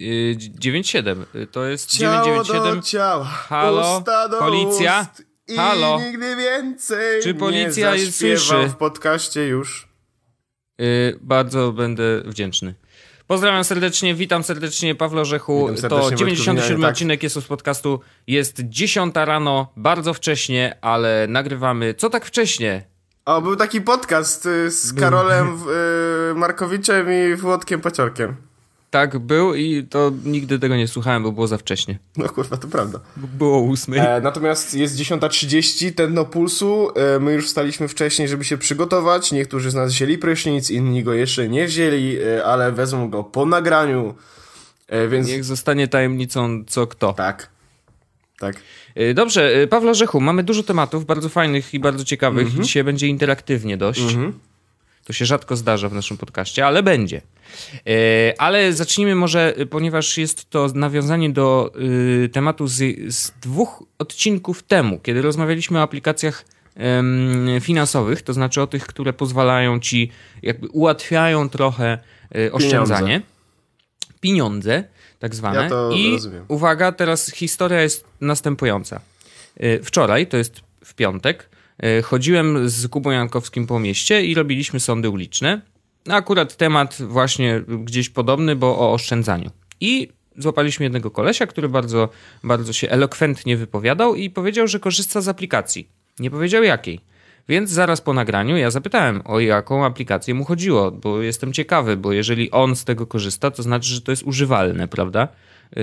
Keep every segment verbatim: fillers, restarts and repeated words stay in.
dziewięć siedem. To jest ciało dziewięć dziewięć siedem. Do ciała, halo, usta do policja? Ust i halo, nigdy więcej. czy policja nie jest słyszy? w podcaście już. Yy, bardzo będę wdzięczny. Pozdrawiam serdecznie, witam serdecznie, Pawle Orzechu. Witam serdecznie, to dziewięćdziesiąty siódmy tak. odcinek jest z podcastu. Jest dziesiąta rano, bardzo wcześnie, ale nagrywamy. Co tak wcześnie? O, był taki podcast y, z Karolem y, Markowiczem i Włodkiem Paciorkiem. Tak, był i to nigdy tego nie słuchałem, bo było za wcześnie. No kurwa, to prawda. Było ósmej. E, natomiast jest dziesiąta trzydzieści, tętno pulsu. E, my już wstaliśmy wcześniej, żeby się przygotować. Niektórzy z nas wzięli prysznic, inni go jeszcze nie wzięli, e, ale wezmą go po nagraniu. E, więc... Niech zostanie tajemnicą co kto. Tak. Tak. Dobrze, Pawle Orzechu, mamy dużo tematów, bardzo fajnych i bardzo ciekawych. Mm-hmm. Dzisiaj będzie interaktywnie dość. Mm-hmm. To się rzadko zdarza w naszym podcaście, ale będzie. E, ale zacznijmy może, ponieważ jest to nawiązanie do y, tematu z, z dwóch odcinków temu, kiedy rozmawialiśmy o aplikacjach y, finansowych, to znaczy o tych, które pozwalają ci, jakby ułatwiają trochę y, oszczędzanie. Pieniądze. Pieniądze, tak zwane. Ja to I rozumiem. Uwaga, teraz historia jest następująca. Y, wczoraj, to jest w piątek, chodziłem z Kubą Jankowskim po mieście i robiliśmy sądy uliczne. Akurat temat właśnie gdzieś podobny, bo o oszczędzaniu. I złapaliśmy jednego kolesia, który bardzo, bardzo się elokwentnie wypowiadał i powiedział, że korzysta z aplikacji. Nie powiedział jakiej. Więc zaraz po nagraniu ja zapytałem, o jaką aplikację mu chodziło, bo jestem ciekawy, bo jeżeli on z tego korzysta, to znaczy, że to jest używalne, prawda? Yy,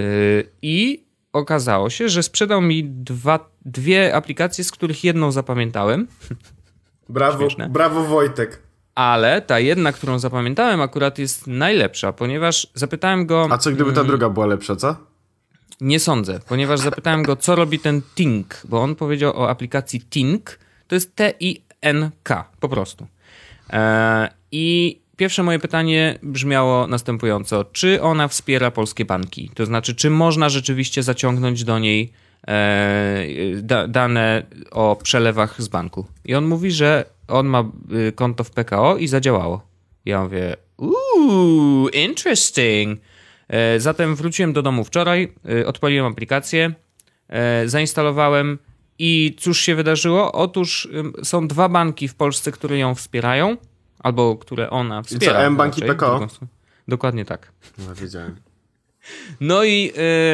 I okazało się, że sprzedał mi dwa, dwie aplikacje, z których jedną zapamiętałem. Brawo, brawo Wojtek. Ale ta jedna, którą zapamiętałem, akurat jest najlepsza, ponieważ zapytałem go... A co gdyby ta druga była lepsza, co? Nie sądzę, ponieważ zapytałem go, co robi ten Tink, bo on powiedział o aplikacji Tink. To jest T I N K, po prostu. Eee, I pierwsze moje pytanie brzmiało następująco. Czy ona wspiera polskie banki? To znaczy, czy można rzeczywiście zaciągnąć do niej e, da, dane o przelewach z banku? I on mówi, że on ma y, konto w P K O i zadziałało. Ja mówię, uuu, interesting. E, zatem wróciłem do domu wczoraj, y, odpaliłem aplikację, e, zainstalowałem i cóż się wydarzyło? Otóż y, są dwa banki w Polsce, które ją wspierają, albo które ona wspiera. I co, M-Bank i P K O? Dokładnie tak. No, wiedziałem. No i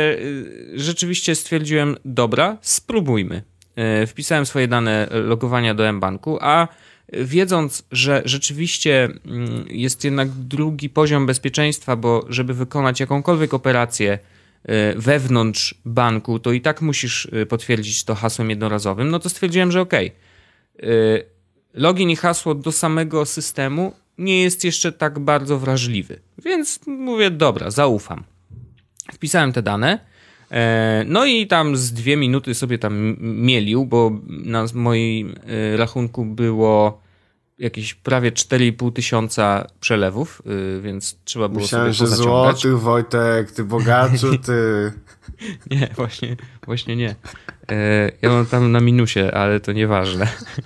y, rzeczywiście stwierdziłem, dobra, spróbujmy. Y, wpisałem swoje dane logowania do M-Banku, a wiedząc, że rzeczywiście y, jest jednak drugi poziom bezpieczeństwa, bo żeby wykonać jakąkolwiek operację y, wewnątrz banku, to i tak musisz y, potwierdzić to hasłem jednorazowym, no to stwierdziłem, że okej. Okay. Y, login i hasło do samego systemu nie jest jeszcze tak bardzo wrażliwy. Więc mówię, dobra, zaufam. Wpisałem te dane, no i tam z dwie minuty sobie tam mielił, bo na moim rachunku było jakieś prawie cztery i pół tysiąca przelewów, więc trzeba było Myślałem, sobie że pozaciągać. złotych, Wojtek, ty bogaczu, ty. Nie, właśnie, właśnie nie. Ja mam tam na minusie, ale to nieważne.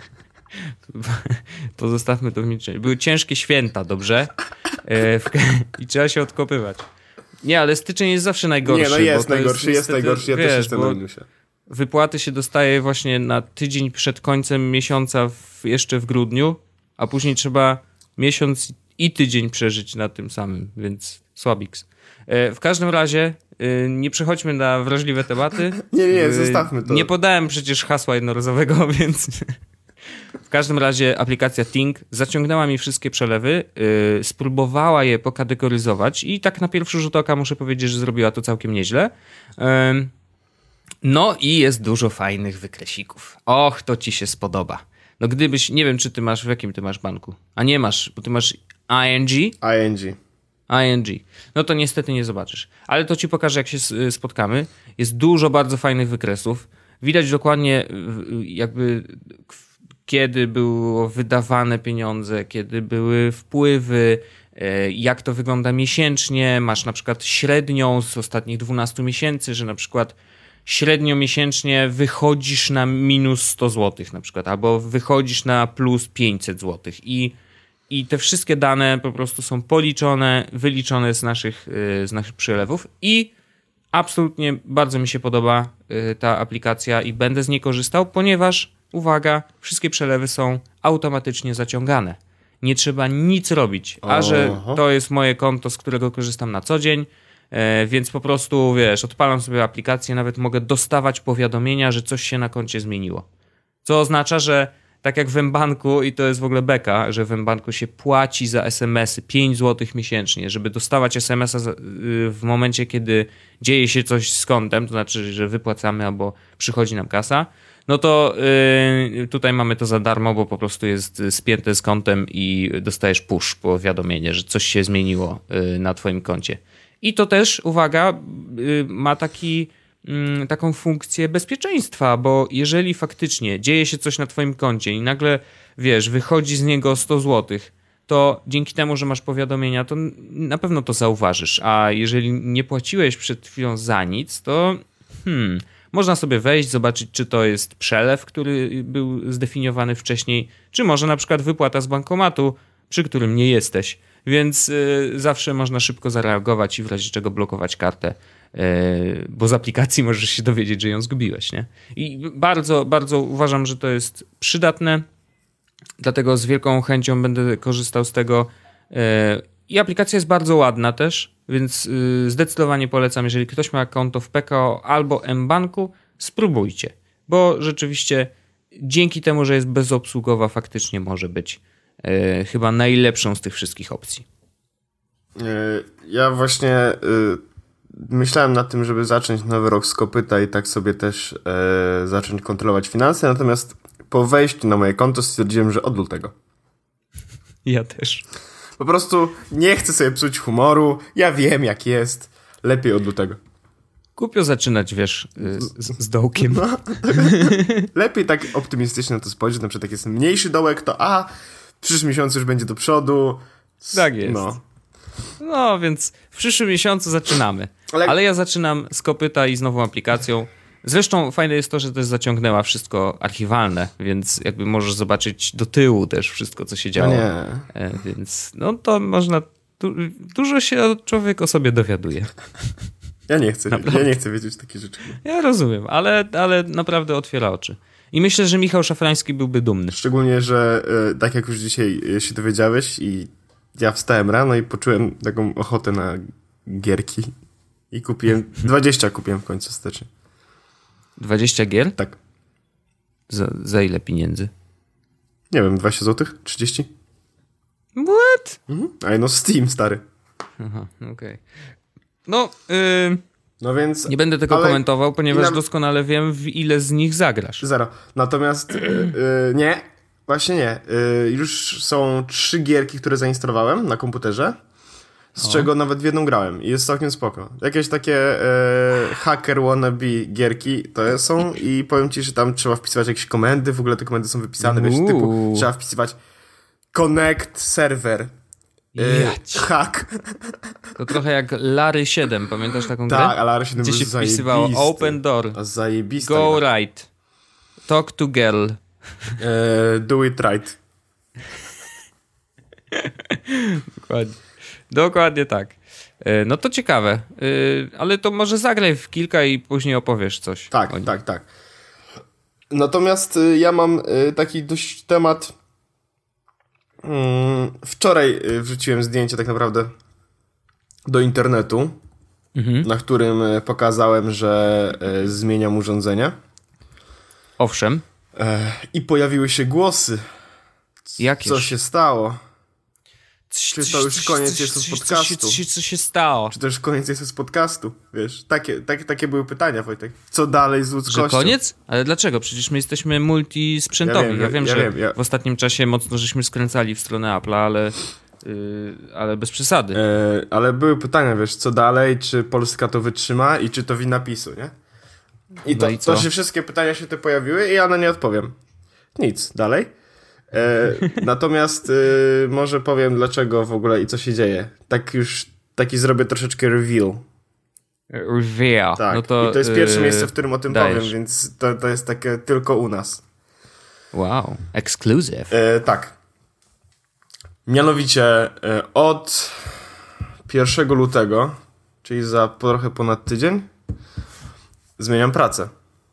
Pozostawmy to w milczeniu. Były ciężkie święta, dobrze? I trzeba się odkopywać. Nie, ale styczeń jest zawsze najgorszy. Nie, no jest bo najgorszy, jest, jest najgorszy, ja wiesz, też jestem na minusie. Wypłaty się dostaje właśnie na tydzień przed końcem miesiąca w, jeszcze w grudniu, a później trzeba miesiąc i tydzień przeżyć na tym samym, więc słabiks. W każdym razie nie przechodźmy na wrażliwe tematy. Nie, nie, zostawmy to. Nie podałem przecież hasła jednorazowego, więc... W każdym razie aplikacja Tink zaciągnęła mi wszystkie przelewy, yy, spróbowała je pokategoryzować i tak na pierwszy rzut oka muszę powiedzieć, że zrobiła to całkiem nieźle. Yy, no i jest dużo fajnych wykresików. Och, to ci się spodoba. No gdybyś, nie wiem czy ty masz, w jakim ty masz banku? A nie masz, bo ty masz I N G? I N G. I N G. No to niestety nie zobaczysz. Ale to ci pokażę, jak się spotkamy. Jest dużo bardzo fajnych wykresów. Widać dokładnie jakby... kiedy było wydawane pieniądze, kiedy były wpływy, jak to wygląda miesięcznie. Masz na przykład średnią z ostatnich dwunastu miesięcy, że na przykład średnio miesięcznie wychodzisz na minus sto złotych na przykład, albo wychodzisz na plus pięćset złotych i i te wszystkie dane po prostu są policzone, wyliczone z naszych, z naszych przelewów i absolutnie bardzo mi się podoba ta aplikacja i będę z niej korzystał, ponieważ, uwaga, wszystkie przelewy są automatycznie zaciągane. Nie trzeba nic robić, a że to jest moje konto, z którego korzystam na co dzień, więc po prostu, wiesz, odpalam sobie aplikację, nawet mogę dostawać powiadomienia, że coś się na koncie zmieniło. Co oznacza, że tak jak w mBanku, i to jest w ogóle beka, że w mBanku się płaci za es em esy pięć złotych miesięcznie, żeby dostawać es em esa w momencie, kiedy dzieje się coś z kontem, to znaczy, że wypłacamy albo przychodzi nam kasa, no to yy, tutaj mamy to za darmo, bo po prostu jest spięte z kontem i dostajesz push, powiadomienie, że coś się zmieniło yy, na twoim koncie. I to też, uwaga, yy, ma taki... taką funkcję bezpieczeństwa, bo jeżeli faktycznie dzieje się coś na twoim koncie i nagle, wiesz, wychodzi z niego sto złotych, to dzięki temu, że masz powiadomienia, to na pewno to zauważysz, a jeżeli nie płaciłeś przed chwilą za nic, to hmm, można sobie wejść, zobaczyć, czy to jest przelew, który był zdefiniowany wcześniej, czy może na przykład wypłata z bankomatu, przy którym nie jesteś, więc y, zawsze można szybko zareagować i w razie czego blokować kartę, bo z aplikacji możesz się dowiedzieć, że ją zgubiłeś, nie? I bardzo, bardzo uważam, że to jest przydatne, dlatego z wielką chęcią będę korzystał z tego i aplikacja jest bardzo ładna też, więc zdecydowanie polecam, jeżeli ktoś ma konto w P K O albo mBanku, spróbujcie, bo rzeczywiście dzięki temu, że jest bezobsługowa, faktycznie może być chyba najlepszą z tych wszystkich opcji. Ja właśnie myślałem nad tym, żeby zacząć nowy rok z kopyta i tak sobie też e, zacząć kontrolować finanse, natomiast po wejściu na moje konto stwierdziłem, że odlul tego. Ja też. Po prostu nie chcę sobie psuć humoru, ja wiem jak jest, lepiej odlul tego. Głupio zaczynać, wiesz, z, z dołkiem. No, lepiej tak optymistycznie na to spojrzeć, na przykład jak jest mniejszy dołek, to a, w przyszłym miesiącu już będzie do przodu. Tak jest. No. No, więc w przyszłym miesiącu zaczynamy. Ale... Ale ja zaczynam z kopyta i z nową aplikacją. Zresztą fajne jest to, że też zaciągnęła wszystko archiwalne, więc jakby możesz zobaczyć do tyłu też wszystko, co się działo. No nie. E, więc no to można... Du- dużo się człowiek o sobie dowiaduje. Ja nie chcę, naprawdę. ja nie chcę wiedzieć takich rzeczy. Ja rozumiem, ale, ale naprawdę otwiera oczy. I myślę, że Michał Szafrański byłby dumny. Szczególnie, że e, tak jak już dzisiaj się dowiedziałeś i ja wstałem rano i poczułem taką ochotę na gierki i kupiłem, dwadzieścia kupiłem w końcu ostatecznie. dwadzieścia gier? Tak. Za, za ile pieniędzy? Nie wiem, dwadzieścia złotych? trzydzieści? What? Mhm. A no Steam, stary. Aha, okej. Okay. No, yy, no więc... nie będę tego komentował, ponieważ nam... doskonale wiem, w ile z nich zagrasz. Zero. Natomiast yy, yy, nie, właśnie nie. Yy, już są trzy gierki, które zainstalowałem na komputerze, z o. czego nawet w jedną grałem i jest całkiem spoko. Jakieś takie yy, hacker wannabe gierki to są i powiem ci, że tam trzeba wpisywać jakieś komendy, w ogóle te komendy są wypisane, wiesz, typu trzeba wpisywać connect server. Yy, hack. To trochę jak Larry siedem, pamiętasz taką grę? Tak, a Larry siedem gdzie się wpisywało open door, a zajebiste. Go right, talk to girl. Yy, do it right. Dokładnie. Dokładnie tak. Yy, no to ciekawe, yy, ale to może zagraj w kilka i później opowiesz coś. Tak, tak, tak. Natomiast yy, ja mam yy, taki dość temat... Wczoraj wrzuciłem zdjęcie tak naprawdę do internetu, mhm. na którym pokazałem, że zmieniam urządzenie. Owszem. I pojawiły się głosy. Jakież? Co się stało? Czy to już koniec jest z podcastu? Co się, co się stało? Czy to już koniec jest z podcastu? Wiesz, takie, takie, takie były pytania, Wojtek. Co dalej z ludzkością? Że koniec? Ale dlaczego? Przecież my jesteśmy multisprzętowi. Ja wiem, ja wiem ja że wiem, ja... w ostatnim czasie mocno żeśmy skręcali w stronę Apple'a, ale, yy, ale bez przesady. E, ale były pytania, wiesz, co dalej? Czy Polska to wytrzyma i czy to wina PiSu, nie? I to, no i to się wszystkie pytania się te pojawiły i ja na nie odpowiem. Nic, dalej. E, natomiast e, może powiem dlaczego w ogóle i co się dzieje. Tak już, taki zrobię troszeczkę reveal. Reveal. Tak, no to, i to jest pierwsze yy, miejsce, w którym o tym dajesz. powiem, więc to, to jest takie tylko u nas. Wow, exclusive. E, tak. Mianowicie e, od pierwszego lutego, czyli za trochę ponad tydzień, zmieniam pracę.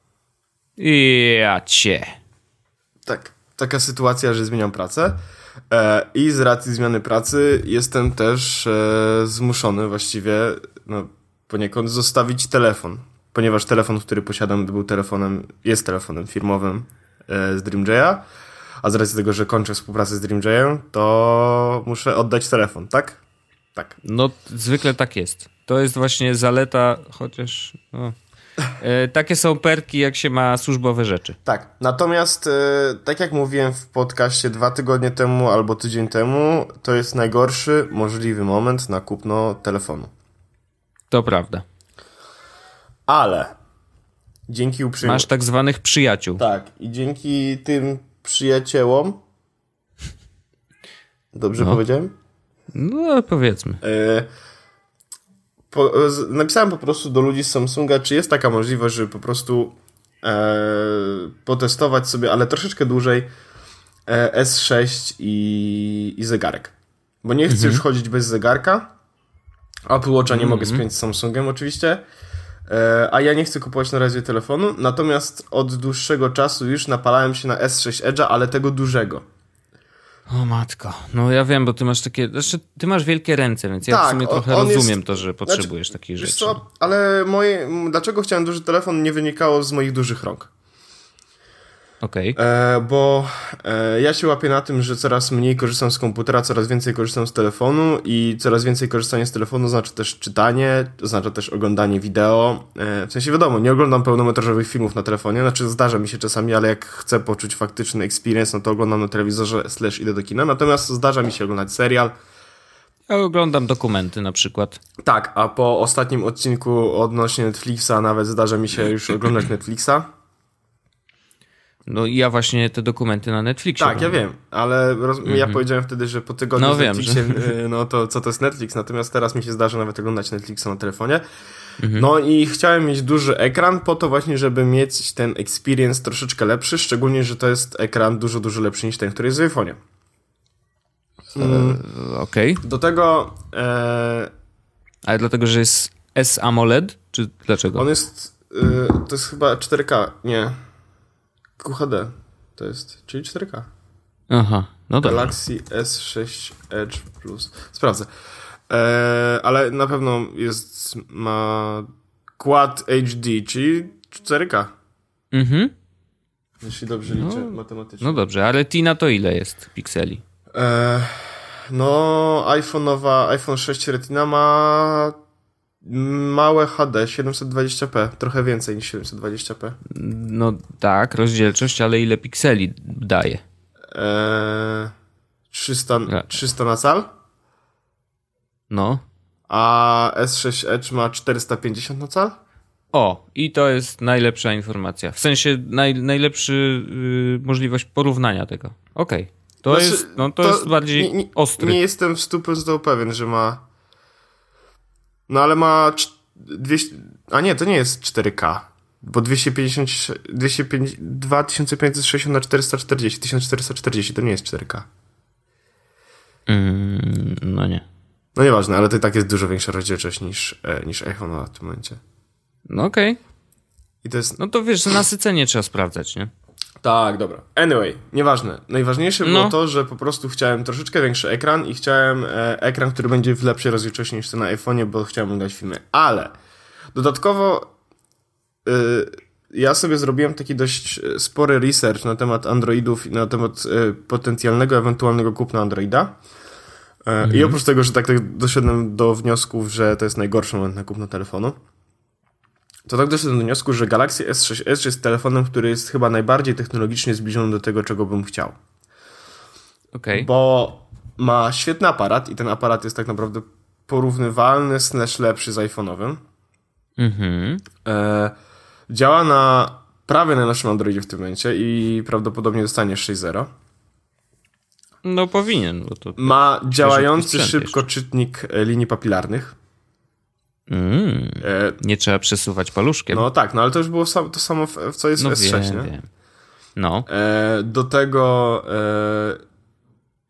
Ja cię. Tak, taka sytuacja, że zmieniam pracę e, i z racji zmiany pracy jestem też e, zmuszony właściwie no, poniekąd zostawić telefon, ponieważ telefon, który posiadam, był telefonem, jest telefonem firmowym e, z DreamJaya, a z racji tego, że kończę współpracę z DreamJayem, to muszę oddać telefon, tak? Tak. No, zwykle tak jest. To jest właśnie zaleta, chociaż... No. E, takie są perki, jak się ma służbowe rzeczy. Tak, natomiast e, tak jak mówiłem w podcaście dwa tygodnie temu albo tydzień temu, to jest najgorszy możliwy moment na kupno telefonu. To prawda. Ale dzięki uprzejmości... Masz tak zwanych przyjaciół. Tak, i dzięki tym przyjaciołom... Dobrze no. powiedziałem? No, powiedzmy. E, po, napisałem po prostu do ludzi z Samsunga, czy jest taka możliwość, żeby po prostu e, potestować sobie, ale troszeczkę dłużej e, S sześć i, i zegarek. Bo nie chcę mhm. już chodzić bez zegarka. Apple Watcha nie mhm. mogę spiąć z Samsungiem oczywiście. E, a ja nie chcę kupować na razie telefonu. Natomiast od dłuższego czasu już napalałem się na S sześć Edge'a, ale tego dużego. O matko, no ja wiem, bo ty masz takie, znaczy ty masz wielkie ręce, więc ja tak, w sumie trochę on rozumiem jest, to, że potrzebujesz znaczy, takich rzeczy. Co, ale moje, dlaczego chciałem duży telefon, nie wynikało z moich dużych rąk. Okej. Okay. E, bo e, ja się łapię na tym, że coraz mniej korzystam z komputera, coraz więcej korzystam z telefonu i coraz więcej korzystanie z telefonu znaczy też czytanie, oznacza też oglądanie wideo. E, w sensie wiadomo, nie oglądam pełnometrażowych filmów na telefonie, znaczy zdarza mi się czasami, ale jak chcę poczuć faktyczny experience, no to oglądam na telewizorze slash idę do kina, natomiast zdarza mi się oglądać serial. Ja oglądam dokumenty na przykład. Tak, a po ostatnim odcinku odnośnie Netflixa nawet zdarza mi się już oglądać Netflixa. No i ja właśnie te dokumenty na Netflixie. Tak, ja wiem, ale roz... mm-hmm. ja powiedziałem wtedy, że po tygodniu no z wiem, Netflixiem, że... no to co to jest Netflix, natomiast teraz mi się zdarza nawet oglądać Netflixa na telefonie. Mm-hmm. No i chciałem mieć duży ekran po to właśnie, żeby mieć ten experience troszeczkę lepszy, szczególnie, że to jest ekran dużo, dużo lepszy niż ten, który jest w iPhone'ie. Mm. E, Okej. Okay. Do tego... E... Ale dlatego, że jest S AMOLED? Czy dlaczego? On jest... Y, to jest chyba cztery K, nie... Q H D to jest, czyli cztery K. Aha, no dobra. Galaxy S sześć Edge Plus. Sprawdzę. Eee, ale na pewno jest, ma Quad H D, czyli cztery K. Mhm. Jeśli dobrze liczę no, matematycznie. No dobrze, ale Tina to ile jest pikseli? Eee, no, iPhone'owa, iPhone sześć Retina ma małe H D, siedemset dwadzieścia p, trochę więcej niż siedemset dwadzieścia p. No tak, rozdzielczość, ale ile pikseli daje? Eee, trzysta, trzysta na cal? No. A S sześć Edge ma czterysta pięćdziesiąt na cal? O, i to jest najlepsza informacja. W sensie naj, najlepszy yy, możliwość porównania tego. Okej. Okay. To, znaczy, jest, no, to, to jest bardziej nie, nie, ostry. Nie jestem w stu procentach pewien, że ma... No ale ma dwieście... A nie, to nie jest cztery K. Bo dwieście pięćdziesiąt... dwieście pięćdziesiąt dwa tysiące pięćset sześćdziesiąt na czterysta czterdzieści. tysiąc czterysta czterdzieści to nie jest cztery K. Mm, no nie. No nieważne, ale to i tak jest dużo większa rozdzielczość niż, e, niż iPhone w tym momencie. No okej. Okay. I to jest... No to wiesz, nasycenie trzeba sprawdzać, nie? Tak, dobra. Anyway, nieważne. Najważniejsze było no. to, że po prostu chciałem troszeczkę większy ekran i chciałem e, ekran, który będzie w lepszej rozdzielczości niż ten na iPhone'ie, bo chciałem oglądać filmy. Ale dodatkowo y, ja sobie zrobiłem taki dość spory research na temat Androidów i na temat y, potencjalnego, ewentualnego kupna Androida. Y, mhm. I oprócz tego, że tak, tak doszedłem do wniosków, że to jest najgorszy moment na kupno telefonu, to tak doszedłem do wniosku, że Galaxy S sześć Edge jest telefonem, który jest chyba najbardziej technologicznie zbliżony do tego, czego bym chciał. Okay. Bo ma świetny aparat i ten aparat jest tak naprawdę porównywalny slash lepszy z iPhone'owym. Mhm. E, działa na prawie najnowszym Androidzie w tym momencie i prawdopodobnie dostanie sześć zero. No powinien. Bo to ma działający szybko jeszcze. czytnik linii papilarnych. Mm, e, nie trzeba przesuwać paluszkiem. No tak, no ale to już było sam, to samo, w, w co jest no S sześć, wiem, nie? Wiem. No. E, do tego e,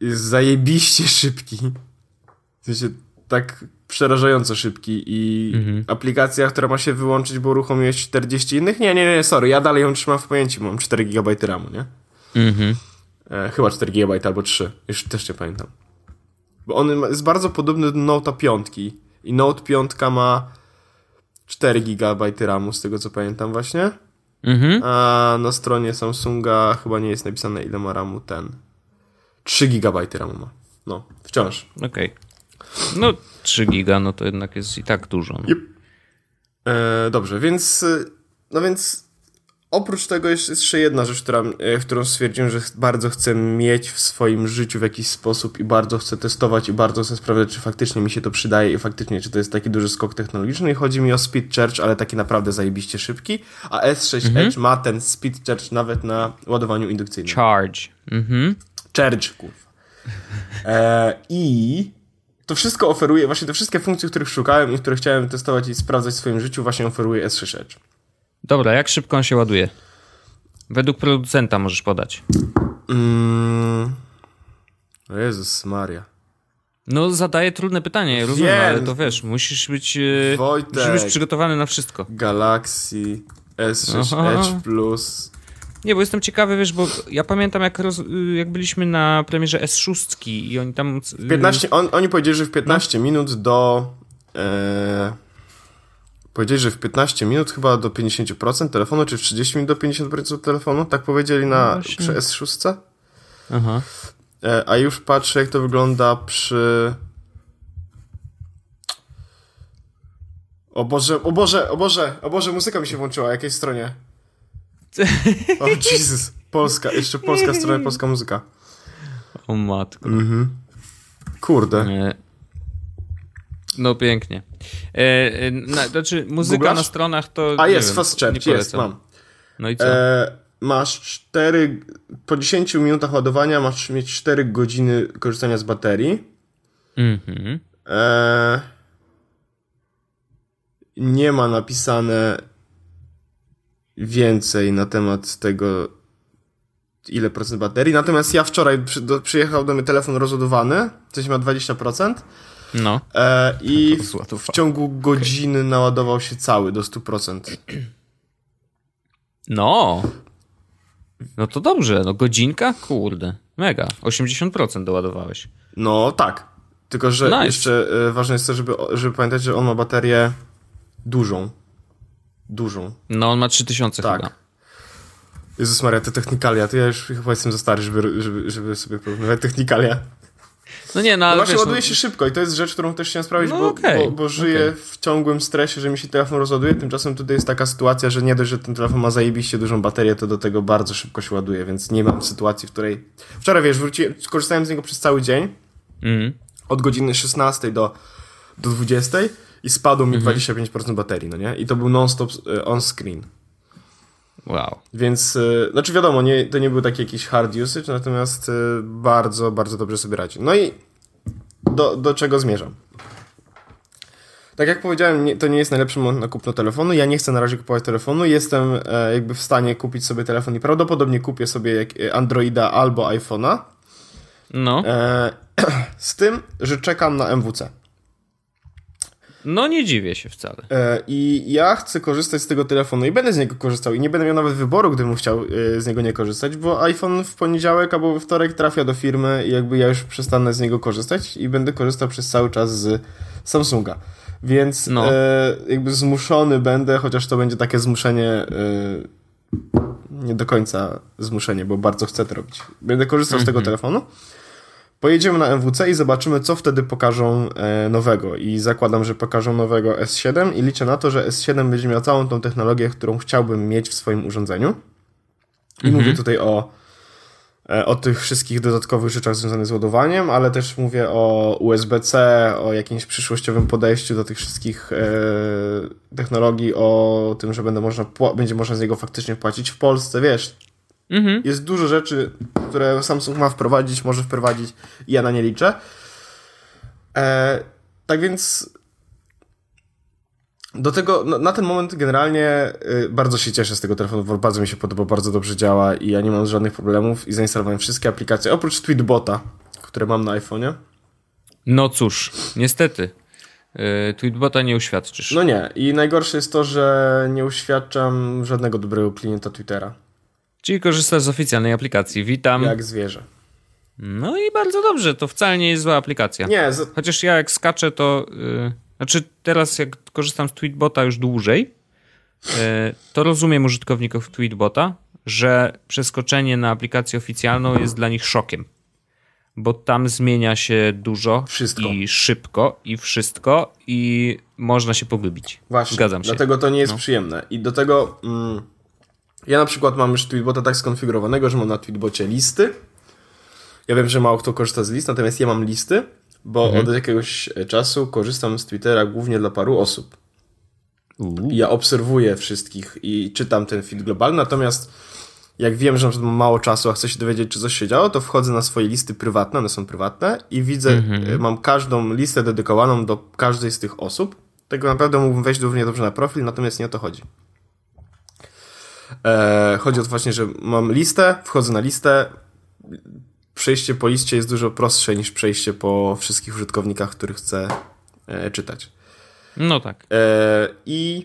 jest zajebiście szybki. W sensie tak przerażająco szybki i mhm. aplikacja, która ma się wyłączyć, bo uruchomiłeś czterdzieści innych? Nie, nie, nie, sorry, ja dalej ją trzymam w pamięci, mam cztery gigabajty ramu, nie? Mhm. E, chyba cztery gigabajty albo trzy, już też nie pamiętam. Bo on jest bardzo podobny do Note'a pięć i Note pięć ma cztery gigabajty ramu, z tego co pamiętam właśnie. Mhm. A na stronie Samsunga chyba nie jest napisane, ile ma ramu ten. trzy gigabajty ramu ma. No, wciąż. Okej. Okay. No, trzy giga, no to jednak jest i tak dużo. No. Yep. E, dobrze, więc no więc oprócz tego jest jeszcze jedna rzecz, która, którą stwierdziłem, że bardzo chcę mieć w swoim życiu w jakiś sposób i bardzo chcę testować i bardzo chcę sprawdzać, czy faktycznie mi się to przydaje i faktycznie, czy to jest taki duży skok technologiczny. I chodzi mi o speed charge, ale taki naprawdę zajebiście szybki, a S sześć mhm. Edge ma ten speed charge nawet na ładowaniu indukcyjnym. Charge. Mhm. Charge, kurwa. E, I to wszystko oferuje, właśnie te wszystkie funkcje, których szukałem i które chciałem testować i sprawdzać w swoim życiu, właśnie oferuje S sześć Edge. Dobra, jak szybko on się ładuje? Według producenta możesz podać. Mm. O Jezus Maria. No, zadaję trudne pytanie, ja rozumiem, Wiem. ale to wiesz, musisz być, Wojtek, musisz być przygotowany na wszystko. Galaxy S sześć Aha. Edge Plus. Nie, bo jestem ciekawy, wiesz, bo ja pamiętam, jak, roz, jak byliśmy na premierze S sześć i oni tam... W piętnaście, on, oni powiedzieli, że w piętnaście no. minut do... E, powiedzieli, że w piętnaście minut chyba do pięćdziesiąt procent telefonu, czy w trzydzieści minut do pięćdziesiąt procent telefonu, tak powiedzieli na, no przy S sześć. Aha. E, a już patrzę, jak to wygląda przy... O Boże, o Boże, o Boże, o Boże, muzyka mi się włączyła, na jakiej stronie? O Jezus, Polska, jeszcze polska strona, polska muzyka. O matko. Mhm. Kurde. No pięknie. E, na, znaczy muzyka Googlasz? Na stronach to... A jest, wiem, fast charge, jest, mam. No i co? E, masz cztery, po dziesięciu minutach ładowania masz mieć cztery godziny korzystania z baterii. Mhm. E, nie ma napisane więcej na temat tego, ile procent baterii. Natomiast ja wczoraj przy, do, przyjechał do mnie telefon rozładowany, coś ma dwadzieścia procent. No. E, I w, w ciągu godziny okay. naładował się cały do stu procent. No. No to dobrze. No godzinka? Kurde. Mega. osiemdziesiąt procent doładowałeś. No tak. Tylko, że nice. jeszcze e, ważne jest to, żeby, żeby pamiętać, że on ma baterię dużą. Dużą. No on ma trzy tysiące tak. chyba. Jezus Maria, te technikalia, to ja już chyba jestem za stary, żeby, żeby, żeby sobie porównywać technikalia. No nie, no ale no właśnie wiesz, ładuje no... się szybko i to jest rzecz, którą też chciałem sprawdzić, no, bo, okay. bo, bo żyję okay. w ciągłym stresie, że mi się telefon rozładuje. Tymczasem tutaj jest taka sytuacja, że nie dość, że ten telefon ma zajebiście dużą baterię, to do tego bardzo szybko się ładuje, więc nie mam sytuacji, w której... Wczoraj, wiesz, wróciłem, korzystałem z niego przez cały dzień, mm. od godziny szesnastej do, do dwudziestej i spadło mi mm-hmm. dwadzieścia pięć procent baterii, no nie? I to był non-stop on screen. Wow. Więc, yy, znaczy wiadomo, nie, to nie był taki jakiś hard usage, natomiast yy, bardzo, bardzo dobrze sobie radzi. No i do, do czego zmierzam? Tak jak powiedziałem, nie, to nie jest najlepszy moment na kupno telefonu. Ja nie chcę na razie kupować telefonu. Jestem e, jakby w stanie kupić sobie telefon i prawdopodobnie kupię sobie jak, Androida albo iPhone'a. No. E, z tym, że czekam na M W C. No nie dziwię się wcale. E, I ja chcę korzystać z tego telefonu i będę z niego korzystał i nie będę miał nawet wyboru, gdybym chciał e, z niego nie korzystać, bo iPhone w poniedziałek albo we wtorek trafia do firmy i jakby ja już przestanę z niego korzystać i będę korzystał przez cały czas z Samsunga. Więc no. e, jakby zmuszony będę, chociaż to będzie takie zmuszenie, e, nie do końca zmuszenie, bo bardzo chcę to robić. Będę korzystał mm-hmm. z tego telefonu. Pojedziemy na M W C i zobaczymy, co wtedy pokażą e, nowego. I zakładam, że pokażą nowego S siedem i liczę na to, że S siedem będzie miał całą tą technologię, którą chciałbym mieć w swoim urządzeniu. I mm-hmm. mówię tutaj o, e, o tych wszystkich dodatkowych rzeczach związanych z ładowaniem, ale też mówię o U S B C, o jakimś przyszłościowym podejściu do tych wszystkich e, technologii, o tym, że będę można, będzie można z niego faktycznie płacić w Polsce, wiesz. Mhm. Jest dużo rzeczy, które Samsung ma wprowadzić, może wprowadzić i ja na nie liczę. E, tak więc do tego, no, na ten moment generalnie y, bardzo się cieszę z tego telefonu, bo bardzo mi się podoba, bardzo dobrze działa i ja nie mam żadnych problemów i zainstalowałem wszystkie aplikacje, oprócz Tweetbota, które mam na iPhone'ie. No cóż, niestety. Yy, Tweetbota nie uświadczysz. No nie. I najgorsze jest to, że nie uświadczam żadnego dobrego klienta Twittera. Czyli korzystasz z oficjalnej aplikacji. Witam. Jak zwierzę. No i bardzo dobrze. To wcale nie jest zła aplikacja. Nie. Z... Chociaż ja jak skaczę, to... Yy, znaczy teraz jak korzystam z Tweetbota już dłużej, yy, to rozumiem użytkowników Tweetbota, że przeskoczenie na aplikację oficjalną jest dla nich szokiem. Bo tam zmienia się dużo wszystko. I szybko i wszystko i można się pogubić. Właśnie, Zgadzam się. Dlatego to nie jest no. przyjemne. I do tego mm, ja na przykład mam już Tweetbota tak skonfigurowanego, że mam na Tweetbocie listy. Ja wiem, że mało kto korzysta z list, natomiast ja mam listy, bo mhm. od jakiegoś czasu korzystam z Twittera głównie dla paru osób. Uuu. I ja obserwuję wszystkich i czytam ten feed globalny, natomiast jak wiem, że mam mało czasu, a chcę się dowiedzieć, czy coś się działo, to wchodzę na swoje listy prywatne, one są prywatne i widzę, mhm. mam każdą listę dedykowaną do każdej z tych osób. Tego naprawdę mógłbym wejść równie dobrze na profil, natomiast nie o to chodzi. E, chodzi o to właśnie, że mam listę, wchodzę na listę, przejście po liście jest dużo prostsze niż przejście po wszystkich użytkownikach, których chcę e, czytać. No tak. E, I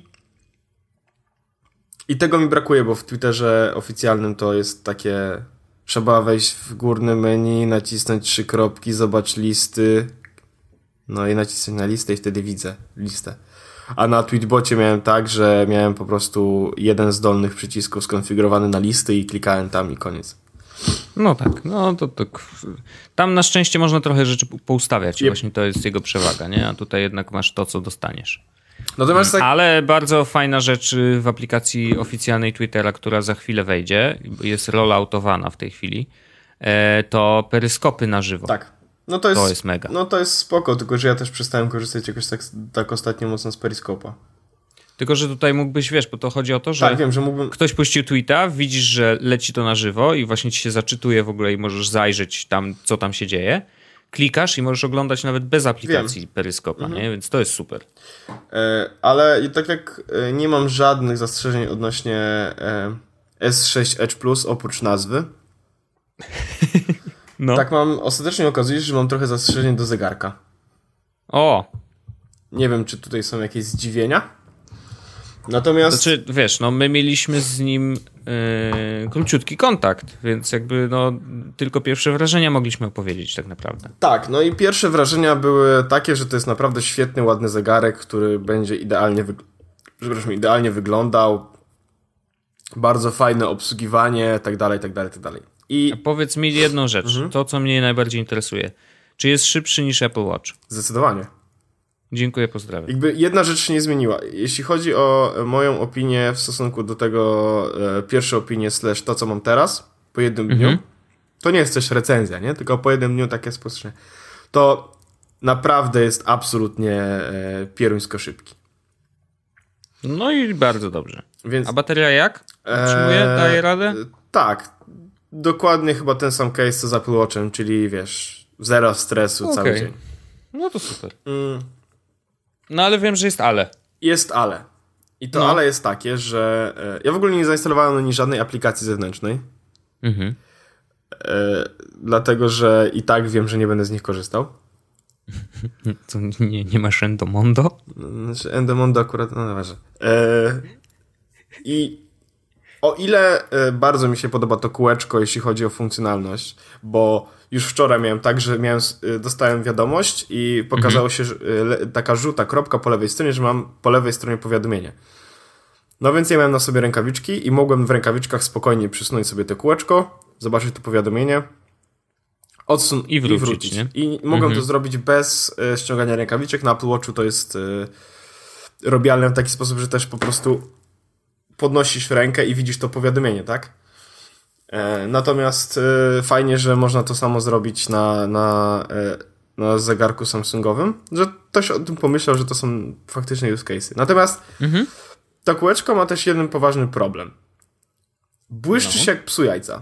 I tego mi brakuje, bo w Twitterze oficjalnym to jest takie... Trzeba wejść w górne menu, nacisnąć trzy kropki, zobacz listy. No i nacisnąć na listę i wtedy widzę listę. A na Tweetbocie miałem tak, że miałem po prostu jeden z dolnych przycisków skonfigurowany na listy i klikałem tam i koniec. No tak, no to, to tam na szczęście można trochę rzeczy poustawiać i yep. właśnie to jest jego przewaga, nie? A tutaj jednak masz to, co dostaniesz. Natomiast tak... Ale bardzo fajna rzecz w aplikacji oficjalnej Twittera, która za chwilę wejdzie, jest rolloutowana w tej chwili, to peryskopy na żywo. Tak. No to jest, to jest mega. No to jest spoko, tylko że ja też przestałem korzystać jakoś tak, tak ostatnio mocno z peryskopa. Tylko, że tutaj mógłbyś, wiesz, bo to chodzi o to, że tak, wiem, że mógłbym... ktoś puścił tweeta, widzisz, że leci to na żywo i właśnie ci się zaczytuje w ogóle i możesz zajrzeć tam, co tam się dzieje. Klikasz i możesz oglądać nawet bez aplikacji Wiem. peryskopa, mhm. nie? Więc to jest super. E, ale i tak jak e, nie mam żadnych zastrzeżeń odnośnie e, S sześć Edge Plus oprócz nazwy, no. tak mam, ostatecznie okazuje się, że mam trochę zastrzeżeń do zegarka. O! Nie wiem, czy tutaj są jakieś zdziwienia. Natomiast... Znaczy, wiesz, no my mieliśmy z nim yy, króciutki kontakt, więc jakby no tylko pierwsze wrażenia mogliśmy opowiedzieć tak naprawdę. Tak, no i pierwsze wrażenia były takie, że to jest naprawdę świetny, ładny zegarek, który będzie idealnie, wyg- przepraszam, idealnie wyglądał. Bardzo fajne obsługiwanie, tak dalej, tak dalej, tak dalej. I... A powiedz mi jedną rzecz, mhm. to co mnie najbardziej interesuje. Czy jest szybszy niż Apple Watch? Zdecydowanie. Dziękuję, pozdrawiam. Jakby jedna rzecz się nie zmieniła. Jeśli chodzi o moją opinię w stosunku do tego, e, pierwszą opinię slash to, co mam teraz, po jednym dniu, mhm. to nie jest też recenzja, nie? Tylko po jednym dniu takie spostrzeżenie. To naprawdę jest absolutnie e, pieruńsko szybki. No i bardzo dobrze. Więc, A bateria jak? Utrzymuje? E, daje radę? Tak. Dokładnie chyba ten sam case co z Apple Watchem, czyli wiesz, zero stresu okay. cały dzień. No to super. Mm. No ale wiem, że jest ale. Jest ale. I to no. ale jest takie, że e, ja w ogóle nie zainstalowałem ani żadnej aplikacji zewnętrznej. Mhm. E, dlatego, że i tak wiem, że nie będę z nich korzystał. Co, nie, nie masz Endomondo? Znaczy Endomondo akurat, no dobrze. E, I o ile e, bardzo mi się podoba to kółeczko, jeśli chodzi o funkcjonalność, bo już wczoraj miałem tak, że miałem, dostałem wiadomość i pokazało mhm. się że, le, taka żółta kropka po lewej stronie, że mam po lewej stronie powiadomienie. No więc ja miałem na sobie rękawiczki i mogłem w rękawiczkach spokojnie przysunąć sobie to kółeczko, zobaczyć to powiadomienie, odsun- i wrócić. I, wrócić. Nie? I mogłem mhm. to zrobić bez e, ściągania rękawiczek. Na Apple Watchu to jest e, robialne w taki sposób, że też po prostu podnosisz rękę i widzisz to powiadomienie, tak? E, natomiast e, fajnie, że można to samo zrobić na, na, e, na zegarku Samsungowym, że ktoś o tym pomyślał, że to są faktycznie use case'y. Natomiast mhm. to kółeczko ma też jeden poważny problem. Błyszczy no. się jak psu jajca.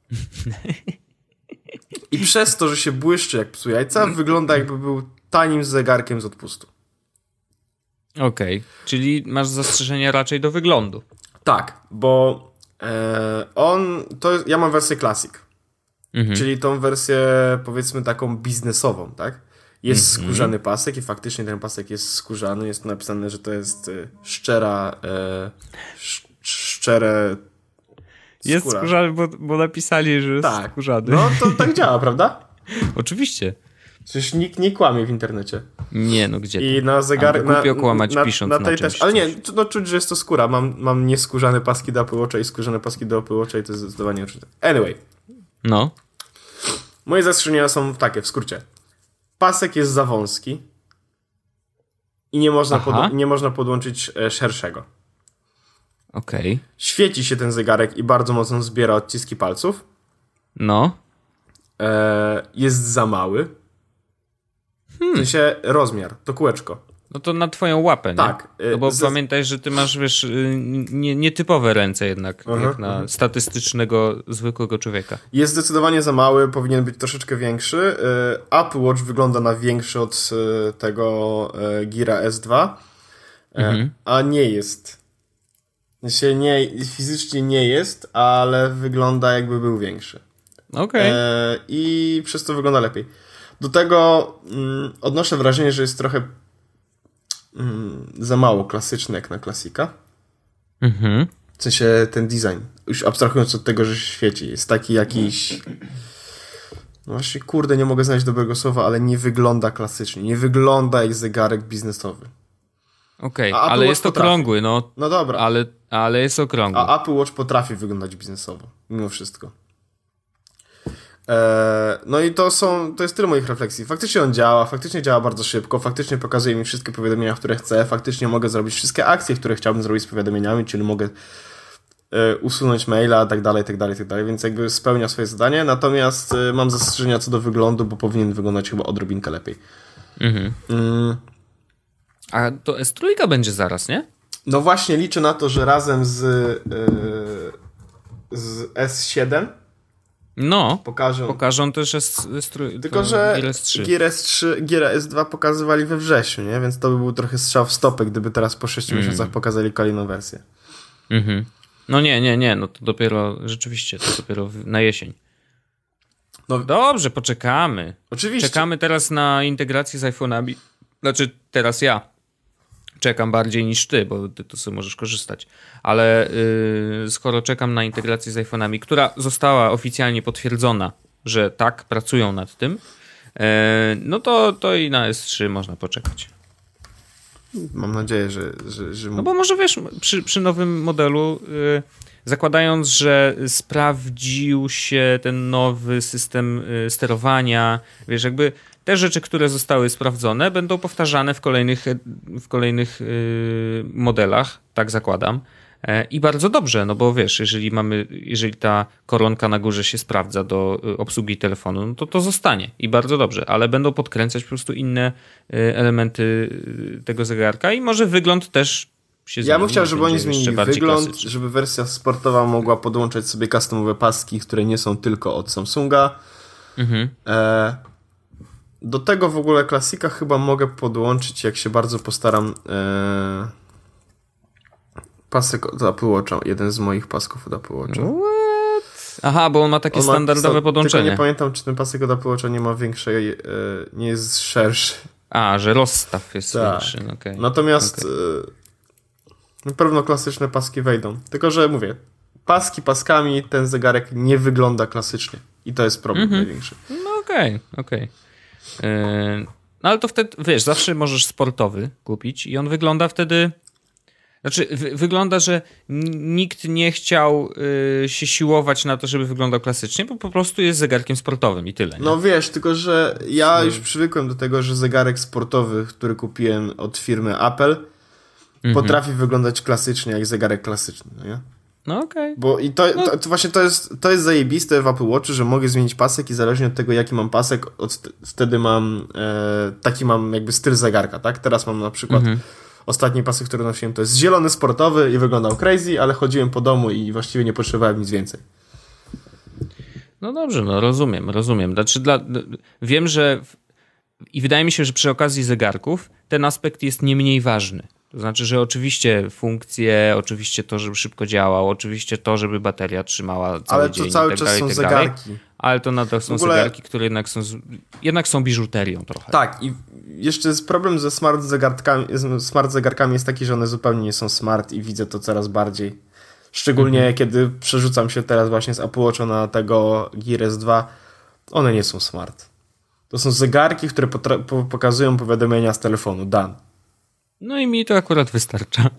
I przez to, że się błyszczy jak psu jajca, wygląda jakby był tanim zegarkiem z odpustu. Okej, okay. Czyli masz zastrzeżenia raczej do wyglądu. Tak, bo e, on, to jest, ja mam wersję Classic. Mhm. Czyli tą wersję, powiedzmy, taką biznesową, tak? Jest mhm. skórzany pasek i faktycznie ten pasek jest skórzany. Jest tu napisane, że to jest szczera, e, sz, szczere skóra. Jest skórzany, bo, bo napisali, że jest tak. skórzany. No to tak działa, prawda? Oczywiście. Przecież nikt nie kłamie w internecie. Nie, no gdzie to? I na zegarek... Na, głupio kłamać na, pisząc na tej na też. Ale nie, no czuć, że jest to skóra. Mam, mam nieskórzane paski do Apple Watcha i skórzane paski do Apple Watcha i to jest zdecydowanie oczywiste. Anyway. No. Moje zastrzeżenia są takie, w skrócie. Pasek jest za wąski i nie można, pod, nie można podłączyć e, szerszego. Okej. Okay. Świeci się ten zegarek i bardzo mocno zbiera odciski palców. No. E, jest za mały. Hmm. W sensie rozmiar, to kółeczko. No to na twoją łapę, nie? Tak. No bo z... pamiętaj, że ty masz, wiesz, nie, nietypowe ręce jednak, uh-huh, jak na uh-huh. statystycznego, zwykłego człowieka. Jest zdecydowanie za mały, powinien być troszeczkę większy. Apple Watch wygląda na większy od tego Geara S dwa, uh-huh. a nie jest. Znaczy nie, fizycznie nie jest, ale wygląda jakby był większy. Okej. Okay. I przez to wygląda lepiej. Do tego mm, odnoszę wrażenie, że jest trochę mm, za mało klasyczny jak na klasika. Mhm. W sensie ten design, już abstrahując od tego, że się świeci, jest taki jakiś... No właśnie, kurde, nie mogę znaleźć dobrego słowa, ale nie wygląda klasycznie. Nie wygląda jak zegarek biznesowy. Okej, okay, ale jest potrafi. okrągły, no. No dobra. Ale, ale jest okrągły. A Apple Watch potrafi wyglądać biznesowo, mimo wszystko. Eee, no i to są, to jest tyle moich refleksji. Faktycznie on działa, faktycznie działa bardzo szybko, faktycznie pokazuje mi wszystkie powiadomienia, które chcę, faktycznie mogę zrobić wszystkie akcje, które chciałbym zrobić z powiadomieniami, czyli mogę e, usunąć maila, tak dalej, tak dalej, tak dalej, więc jakby spełnia swoje zadanie, natomiast e, mam zastrzeżenia co do wyglądu, bo powinien wyglądać chyba odrobinkę lepiej. Mhm. Mm. A to S trzy będzie zaraz, nie? No właśnie, liczę na to, że razem z, yy, z S siedem no, pokażą, pokażą też S trzy. Tylko, że Gear S trzy, Gear S dwa pokazywali we wrześniu, nie? Więc to by był trochę strzał w stopę, gdyby teraz po sześciu mm. miesiącach pokazali kolejną wersję. Mhm. No nie, nie, nie, no to dopiero, rzeczywiście, to dopiero na jesień. No dobrze, poczekamy. Oczywiście. Czekamy teraz na integrację z iPhone'ami. Znaczy, teraz ja czekam bardziej niż ty, bo ty to sobie możesz korzystać. Ale yy, skoro czekam na integrację z iPhone'ami, która została oficjalnie potwierdzona, że tak, pracują nad tym, yy, no to, to i na S trzy można poczekać. Mam nadzieję, że... że, że... No bo może wiesz, przy, przy nowym modelu, yy, zakładając, że sprawdził się ten nowy system yy, sterowania, wiesz, jakby te rzeczy, które zostały sprawdzone, będą powtarzane w kolejnych, w kolejnych yy, modelach, tak zakładam. E, I bardzo dobrze, no bo wiesz, jeżeli mamy, jeżeli ta koronka na górze się sprawdza do y, obsługi telefonu, no to to zostanie i bardzo dobrze, ale będą podkręcać po prostu inne y, elementy y, tego zegarka i może wygląd też się zmieni. Ja bym chciał, żeby oni zmienili wygląd, klasyczny. Żeby wersja sportowa mogła podłączać sobie customowe paski, które nie są tylko od Samsunga. Mhm. E, Do tego w ogóle klasika chyba mogę podłączyć, jak się bardzo postaram, e, pasek od Apple Watcha. Jeden z moich pasków od Apple Watcha. What? Aha, bo on ma takie on standardowe ma, podłączenie. Tylko nie pamiętam, czy ten pasek od Apple Watcha nie ma większej, e, nie jest szerszy. A, że rozstaw jest tak. większy. Okay. Natomiast okay. e, na pewno klasyczne paski wejdą. Tylko, że mówię, paski paskami, ten zegarek nie wygląda klasycznie. I to jest problem mm-hmm. największy. No okej, okay, okej. Okay. No ale to wtedy, wiesz, zawsze możesz sportowy kupić i on wygląda wtedy, znaczy w, wygląda, że n- nikt nie chciał y, się siłować na to, żeby wyglądał klasycznie, bo po prostu jest zegarkiem sportowym i tyle. Nie? No wiesz, tylko że ja już przywykłem do tego, że zegarek sportowy, który kupiłem od firmy Apple, mm-hmm. potrafi wyglądać klasycznie jak zegarek klasyczny, no nie? No okej. Okay. Bo i to, no. to, to właśnie to jest, to jest zajebiste w Apple Watchu, że mogę zmienić pasek i zależnie od tego, jaki mam pasek, od, wtedy mam e, taki mam jakby styl zegarka, tak? Teraz mam na przykład mm-hmm. ostatni pasek, który nosiłem, to jest zielony, sportowy i wyglądał crazy, ale chodziłem po domu i właściwie nie potrzebowałem nic więcej. No dobrze, no rozumiem, rozumiem. Znaczy dla, wiem, że w, i wydaje mi się, że przy okazji zegarków ten aspekt jest nie mniej ważny. To znaczy, że oczywiście funkcje, oczywiście to, żeby szybko działał, oczywiście to, żeby bateria trzymała cały Ale dzień to cały i tak czas dalej, są i tak dalej. zegarki. Ale to nadal są ogóle... zegarki, które jednak są, jednak są biżuterią trochę. Tak, i jeszcze jest problem ze smart zegarkami, smart zegarkami jest taki, że one zupełnie nie są smart i widzę to coraz bardziej. Szczególnie mhm. kiedy przerzucam się teraz właśnie z Apple Watcha na tego Gear S dwa. One nie są smart. To są zegarki, które potra- po- pokazują powiadomienia z telefonu. Dan. No i mi to akurat wystarcza.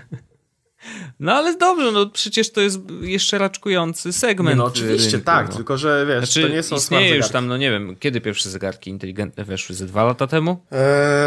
No ale dobrze, no przecież to jest jeszcze raczkujący segment. Nie, no oczywiście, rynku, tak, no. tylko że wiesz, znaczy, to nie są smart istnieje zegarki. już tam, no nie wiem, kiedy pierwsze zegarki inteligentne weszły? Ze dwa lata temu? Eee,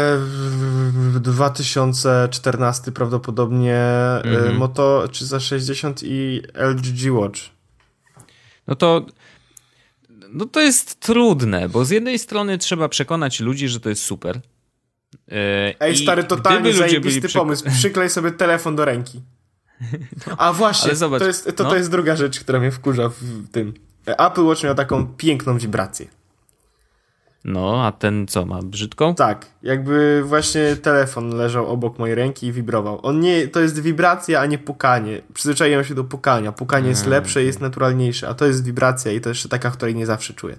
w dwa tysiące czternasty prawdopodobnie mm-hmm. Moto trzysta sześćdziesiąt i L G Watch. No to no to jest trudne, bo z jednej strony trzeba przekonać ludzi, że to jest super. Eee, Ej stary, totalnie zajebisty przy... pomysł. Przyklej sobie telefon do ręki. No, a właśnie, zobacz, to, jest, to, no. to jest druga rzecz, która mnie wkurza w tym. Apple Watch miał taką piękną wibrację. No, a ten co, ma brzydką? Tak, jakby właśnie telefon leżał obok mojej ręki i wibrował. On nie, to jest wibracja, a nie pukanie. Przyzwyczaiłem się do pukania. Pukanie jest lepsze, jest naturalniejsze, a to jest wibracja i to jeszcze taka, której nie zawsze czuję.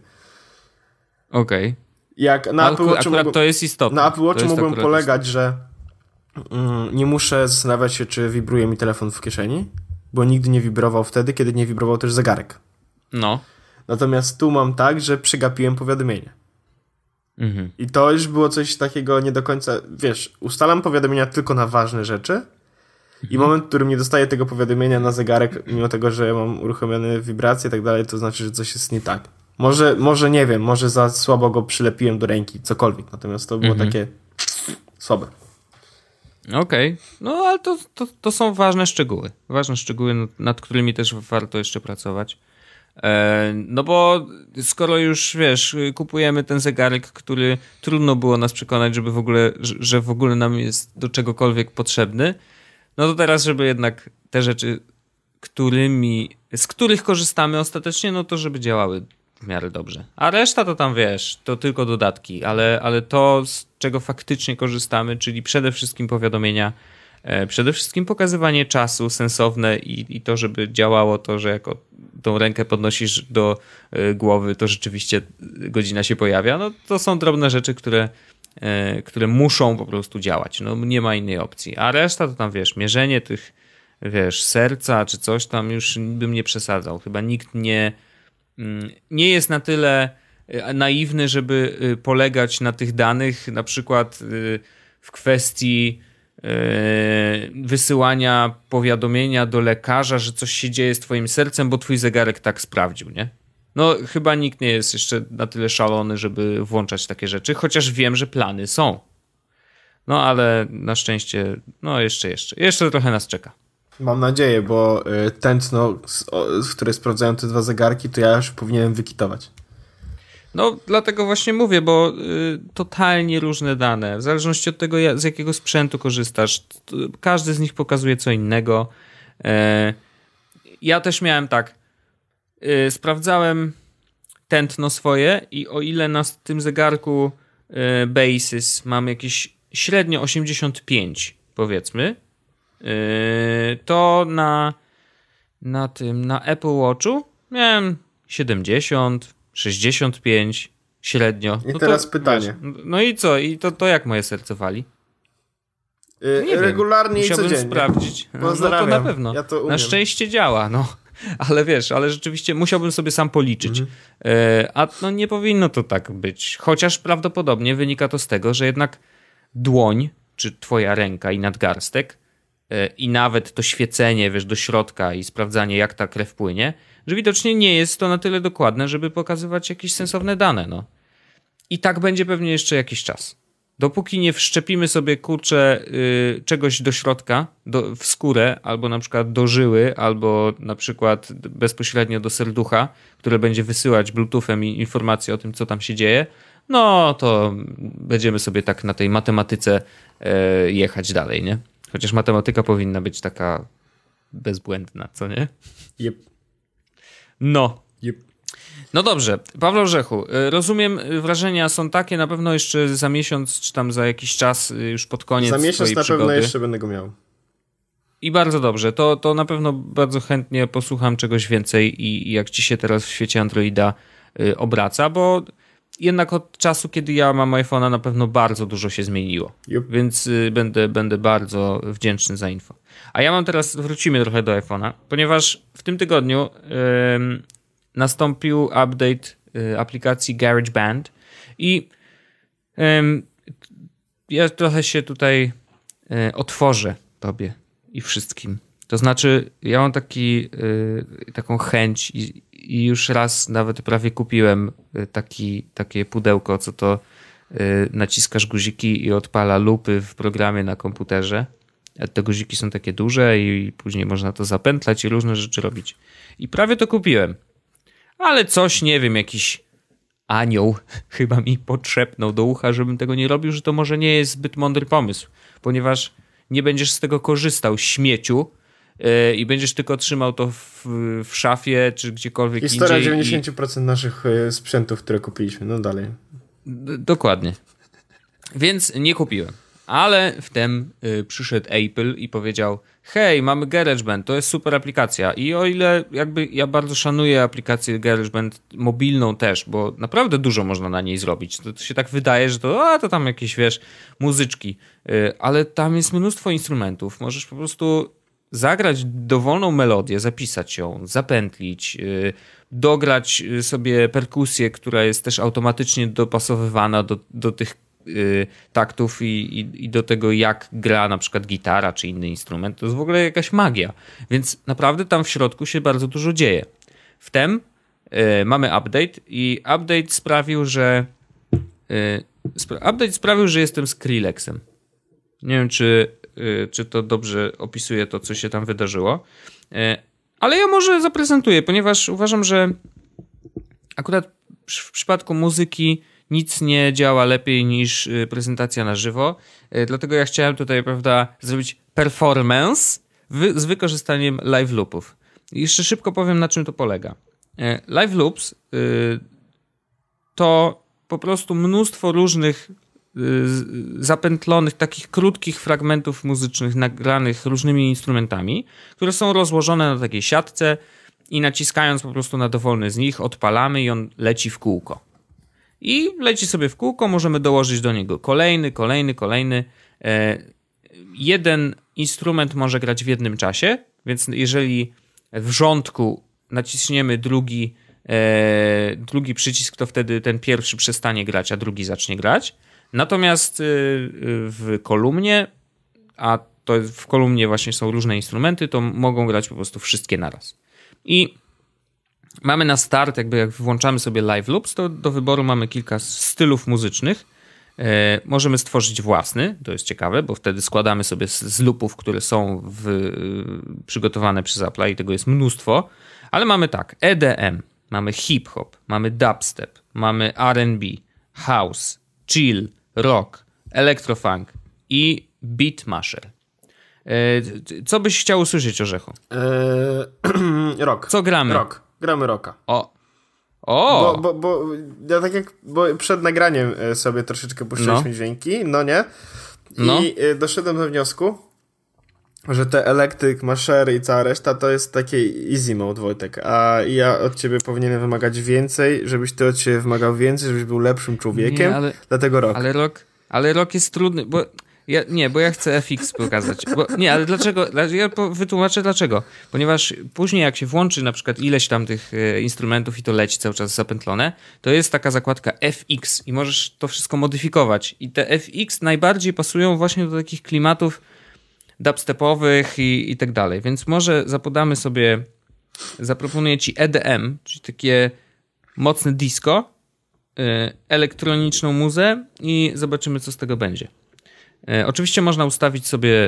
Okej. Okay. Jak na Apple Watchu akurat to jest istotne. Na Apple Watchu mógłbym polegać, istotne. że mm, nie muszę zastanawiać się, czy wibruje mi telefon w kieszeni, bo nigdy nie wibrował wtedy, kiedy nie wibrował też zegarek. No. Natomiast tu mam tak, że przegapiłem powiadomienie. Mhm. I to już było coś takiego nie do końca, wiesz, ustalam powiadomienia tylko na ważne rzeczy mhm. i moment, w którym nie dostaję tego powiadomienia na zegarek, mimo tego, że ja mam uruchomione wibracje i tak dalej, to znaczy, że coś jest nie tak. Może, może nie wiem, może za słabo go przylepiłem do ręki, cokolwiek, natomiast to było mhm. takie słabe. Okej, okay. No ale to, to, to są ważne szczegóły, ważne szczegóły, nad którymi też warto jeszcze pracować. No bo skoro już, wiesz, kupujemy ten zegarek, który trudno było nas przekonać, żeby w ogóle, że w ogóle nam jest do czegokolwiek potrzebny, no to teraz, żeby jednak te rzeczy, którymi, z których korzystamy ostatecznie, no to żeby działały w miarę dobrze. A reszta to tam, wiesz, to tylko dodatki, ale, ale to, z czego faktycznie korzystamy, czyli przede wszystkim powiadomienia, przede wszystkim pokazywanie czasu sensowne i, i to, żeby działało to, że jak tą rękę podnosisz do y, głowy, to rzeczywiście godzina się pojawia. No to są drobne rzeczy, które, y, które muszą po prostu działać. No nie ma innej opcji. A reszta to tam, wiesz, mierzenie tych, wiesz, serca czy coś tam już bym nie przesadzał. Chyba nikt nie, y, nie jest na tyle naiwny, żeby y, polegać na tych danych, na przykład y, w kwestii wysyłania powiadomienia do lekarza, że coś się dzieje z twoim sercem, bo twój zegarek tak sprawdził, nie? No chyba nikt nie jest jeszcze na tyle szalony, żeby włączać takie rzeczy, chociaż wiem, że plany są. No ale na szczęście, no jeszcze, jeszcze, jeszcze trochę nas czeka. Mam nadzieję, bo tętno, z której sprawdzają te dwa zegarki, to ja już powinienem wykitować. No, dlatego właśnie mówię, bo y, totalnie różne dane. W zależności od tego, z jakiego sprzętu korzystasz, to, każdy z nich pokazuje co innego. E, ja też miałem tak, y, sprawdzałem tętno swoje i o ile na tym zegarku y, Basis mam jakieś średnio osiemdziesiąt pięć, powiedzmy, y, to na, na tym, na Apple Watchu miałem siedemdziesiąt, sześćdziesiąt pięć średnio. I no teraz to, pytanie. Wiesz, no i co? I to, to jak moje serce wali? Yy, nie regularnie wiem. i codziennie. Musiałbym sprawdzić. No to na pewno. Ja to umiem. Na szczęście działa, no. Ale wiesz, ale rzeczywiście musiałbym sobie sam policzyć. Mhm. Yy, a no nie powinno to tak być. Chociaż prawdopodobnie wynika to z tego, że jednak dłoń, czy twoja ręka i nadgarstek yy, i nawet to świecenie, wiesz, do środka i sprawdzanie, jak ta krew płynie, że widocznie nie jest to na tyle dokładne, żeby pokazywać jakieś sensowne dane, no. I tak będzie pewnie jeszcze jakiś czas. Dopóki nie wszczepimy sobie, kurczę, yy, czegoś do środka, do, w skórę, albo na przykład do żyły, albo na przykład bezpośrednio do serducha, które będzie wysyłać bluetoothem i informacje o tym, co tam się dzieje, no to będziemy sobie tak na tej matematyce yy, jechać dalej, nie? Chociaż matematyka powinna być taka bezbłędna, co nie? Yep. No. Yep. No dobrze, Paweł Orzechu, rozumiem, wrażenia są takie, na pewno jeszcze za miesiąc, czy tam za jakiś czas, już pod koniec Za miesiąc na przygody. pewno jeszcze będę go miał. I bardzo dobrze, to, to na pewno bardzo chętnie posłucham czegoś więcej i, i jak ci się teraz w świecie Androida y, obraca, bo jednak od czasu, kiedy ja mam iPhone'a, na pewno bardzo dużo się zmieniło, Jup. więc y, będę, będę bardzo wdzięczny za info. A ja mam teraz, wrócimy trochę do iPhone'a, ponieważ w tym tygodniu y, nastąpił update y, aplikacji GarageBand i y, ja trochę się tutaj y, otworzę tobie i wszystkim. To znaczy, ja mam taki, y, taką chęć i, i już raz nawet prawie kupiłem taki, takie pudełko, co to y, naciskasz guziki i odpala lupy w programie na komputerze. Te guziki są takie duże i później można to zapętlać i różne rzeczy robić. I prawie to kupiłem. Ale coś, nie wiem, jakiś anioł chyba mi podszepnął do ucha, żebym tego nie robił, że to może nie jest zbyt mądry pomysł, ponieważ nie będziesz z tego korzystał, śmieciu, yy, i będziesz tylko trzymał to w, w szafie, czy gdziekolwiek Historia indziej. dziewięćdziesiąt procent i... naszych sprzętów, które kupiliśmy. No dalej. D- dokładnie. Więc nie kupiłem. Ale wtem y, przyszedł Apple i powiedział: hej, mamy GarageBand, to jest super aplikacja. I o ile jakby ja bardzo szanuję aplikację GarageBand mobilną też, bo naprawdę dużo można na niej zrobić. To, to się tak wydaje, że to, a, to tam jakieś, wiesz, muzyczki. Y, ale tam jest mnóstwo instrumentów. Możesz po prostu zagrać dowolną melodię, zapisać ją, zapętlić, y, dograć sobie perkusję, która jest też automatycznie dopasowywana do, do tych taktów i, i, i do tego, jak gra na przykład gitara czy inny instrument. To jest w ogóle jakaś magia. Więc naprawdę tam w środku się bardzo dużo dzieje. Wtem y, mamy update i update sprawił, że y, spra- update sprawił, że jestem Skrillexem. Nie wiem, czy, y, czy to dobrze opisuje to, co się tam wydarzyło. Y, ale ja może zaprezentuję, ponieważ uważam, że akurat w przypadku muzyki nic nie działa lepiej niż prezentacja na żywo. Dlatego ja chciałem tutaj, prawda, zrobić performance wy- z wykorzystaniem live loopów. I jeszcze szybko powiem, na czym to polega. Live loops y, to po prostu mnóstwo różnych y, zapętlonych, takich krótkich fragmentów muzycznych nagranych różnymi instrumentami, które są rozłożone na takiej siatce i naciskając po prostu na dowolny z nich odpalamy i on leci w kółko. I leci sobie w kółko, możemy dołożyć do niego kolejny, kolejny, kolejny. E, jeden instrument może grać w jednym czasie, więc jeżeli w rządku naciśniemy drugi, e, drugi przycisk, to wtedy ten pierwszy przestanie grać, a drugi zacznie grać. Natomiast e, w kolumnie, a to w kolumnie właśnie są różne instrumenty, to mogą grać po prostu wszystkie naraz. I mamy na start, jakby jak włączamy sobie live loops, to do wyboru mamy kilka stylów muzycznych. E, możemy stworzyć własny, to jest ciekawe, bo wtedy składamy sobie z, z loopów, które są w, y, przygotowane przez Apple'a i tego jest mnóstwo. Ale mamy tak, E D M, mamy hip-hop, mamy dubstep, mamy R and B, house, chill, rock, electrofunk i beatmasher. E, co byś chciał usłyszeć, Orzechu? Eee, rock. Co gramy? Rock. Gramy rocka. O. O. Bo, bo, bo ja tak jak bo przed nagraniem sobie troszeczkę puszczaliśmy no. dźwięki, no nie? I no. doszedłem do wniosku, że te elektryk, maszery i cała reszta to jest takie easy mode, Wojtek. A ja od ciebie powinienem wymagać więcej, żebyś ty od siebie wymagał więcej, żebyś był lepszym człowiekiem. Nie, ale, dlatego rock. Ale rock, ale rock jest trudny, bo ja, nie, bo ja chcę F X pokazać. Bo, nie, ale dlaczego? Ja wytłumaczę dlaczego. Ponieważ później jak się włączy na przykład ileś tam tych e, instrumentów i to leci cały czas zapętlone, to jest taka zakładka F X i możesz to wszystko modyfikować. I te F X najbardziej pasują właśnie do takich klimatów dubstepowych i, i tak dalej. Więc może zapodamy sobie, zaproponuję ci E D M, czyli takie mocne disco, e, elektroniczną muzę i zobaczymy, co z tego będzie. E, oczywiście można ustawić sobie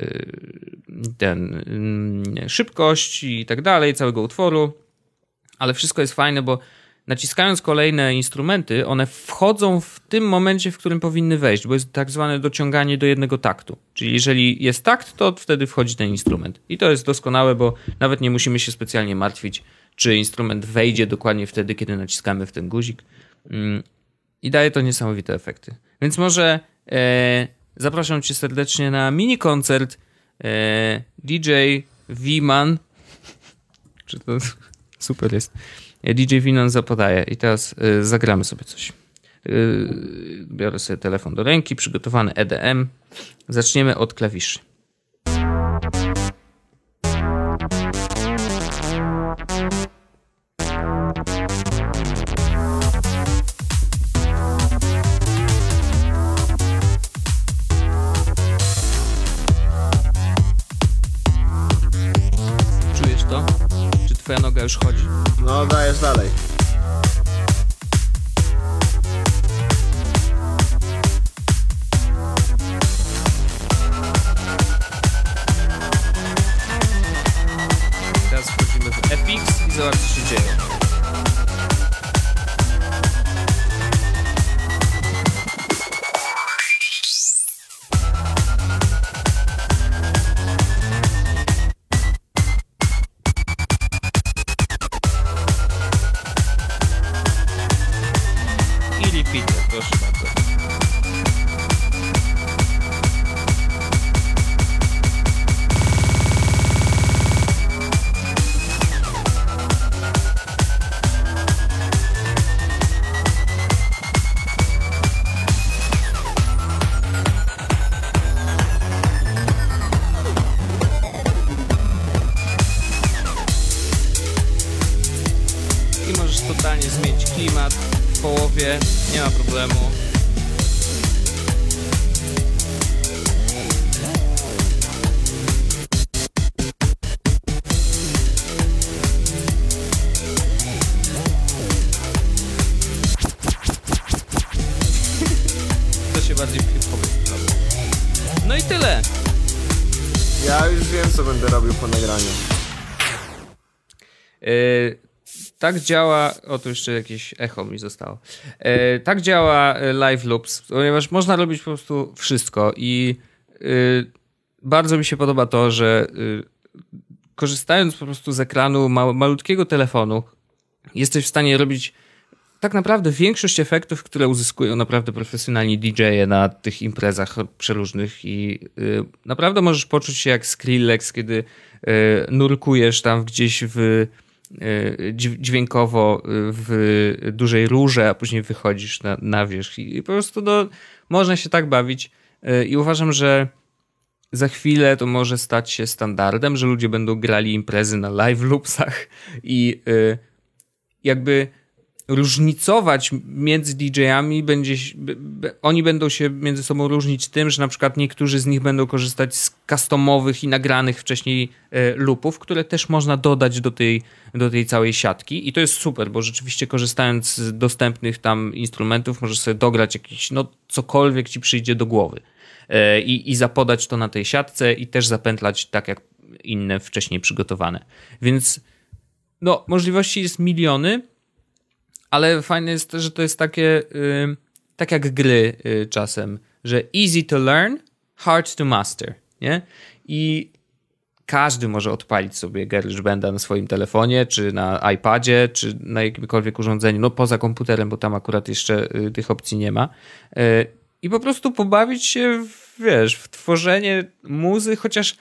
y, ten y, szybkość i tak dalej całego utworu, ale wszystko jest fajne, bo naciskając kolejne instrumenty, one wchodzą w tym momencie, w którym powinny wejść, bo jest tak zwane dociąganie do jednego taktu. Czyli jeżeli jest takt, to wtedy wchodzi ten instrument. I to jest doskonałe, bo nawet nie musimy się specjalnie martwić, czy instrument wejdzie dokładnie wtedy, kiedy naciskamy w ten guzik. I daje to niesamowite efekty. Więc może e, zapraszam cię serdecznie na mini koncert e, D J V-Man. Czy to super jest? D J V-Man zapodaje i teraz e, zagramy sobie coś. E, biorę sobie telefon do ręki, przygotowany E D M. Zaczniemy od klawiszy. Twoja noga już chodzi. No, dajesz dalej. Teraz wchodzimy w F X i zobacz, co się dzieje. Proszę bardzo. I możesz totalnie zmienić klimat w połowie, nie ma problemu. To się bardziej w hip-hopie sprawdza. No i tyle. Ja już wiem, co będę robił po nagraniu. Yy... Tak działa, o tu jeszcze jakieś echo mi zostało. E, tak działa Live Loops, ponieważ można robić po prostu wszystko i y, bardzo mi się podoba to, że y, korzystając po prostu z ekranu ma, malutkiego telefonu jesteś w stanie robić tak naprawdę większość efektów, które uzyskują naprawdę profesjonalni D J e na tych imprezach przeróżnych i y, naprawdę możesz poczuć się jak Skrillex, kiedy y, nurkujesz tam gdzieś w dźwiękowo w dużej rurze, a później wychodzisz na, na wierzch i po prostu no, można się tak bawić i uważam, że za chwilę to może stać się standardem, że ludzie będą grali imprezy na live loopsach i jakby różnicować między D J-ami będzie, oni będą się między sobą różnić tym, że na przykład niektórzy z nich będą korzystać z customowych i nagranych wcześniej loopów, które też można dodać do tej, do tej całej siatki i to jest super, bo rzeczywiście korzystając z dostępnych tam instrumentów możesz sobie dograć jakiś, no cokolwiek ci przyjdzie do głowy i, i zapodać to na tej siatce i też zapętlać tak jak inne wcześniej przygotowane. Więc no możliwości jest miliony, ale fajne jest też, że to jest takie, yy, tak jak gry yy, czasem, że easy to learn, hard to master, nie? I każdy może odpalić sobie GarageBanda na swoim telefonie, czy na iPadzie, czy na jakimkolwiek urządzeniu, no poza komputerem, bo tam akurat jeszcze yy, tych opcji nie ma. Yy, I po prostu pobawić się, w, wiesz, w tworzenie muzy, chociaż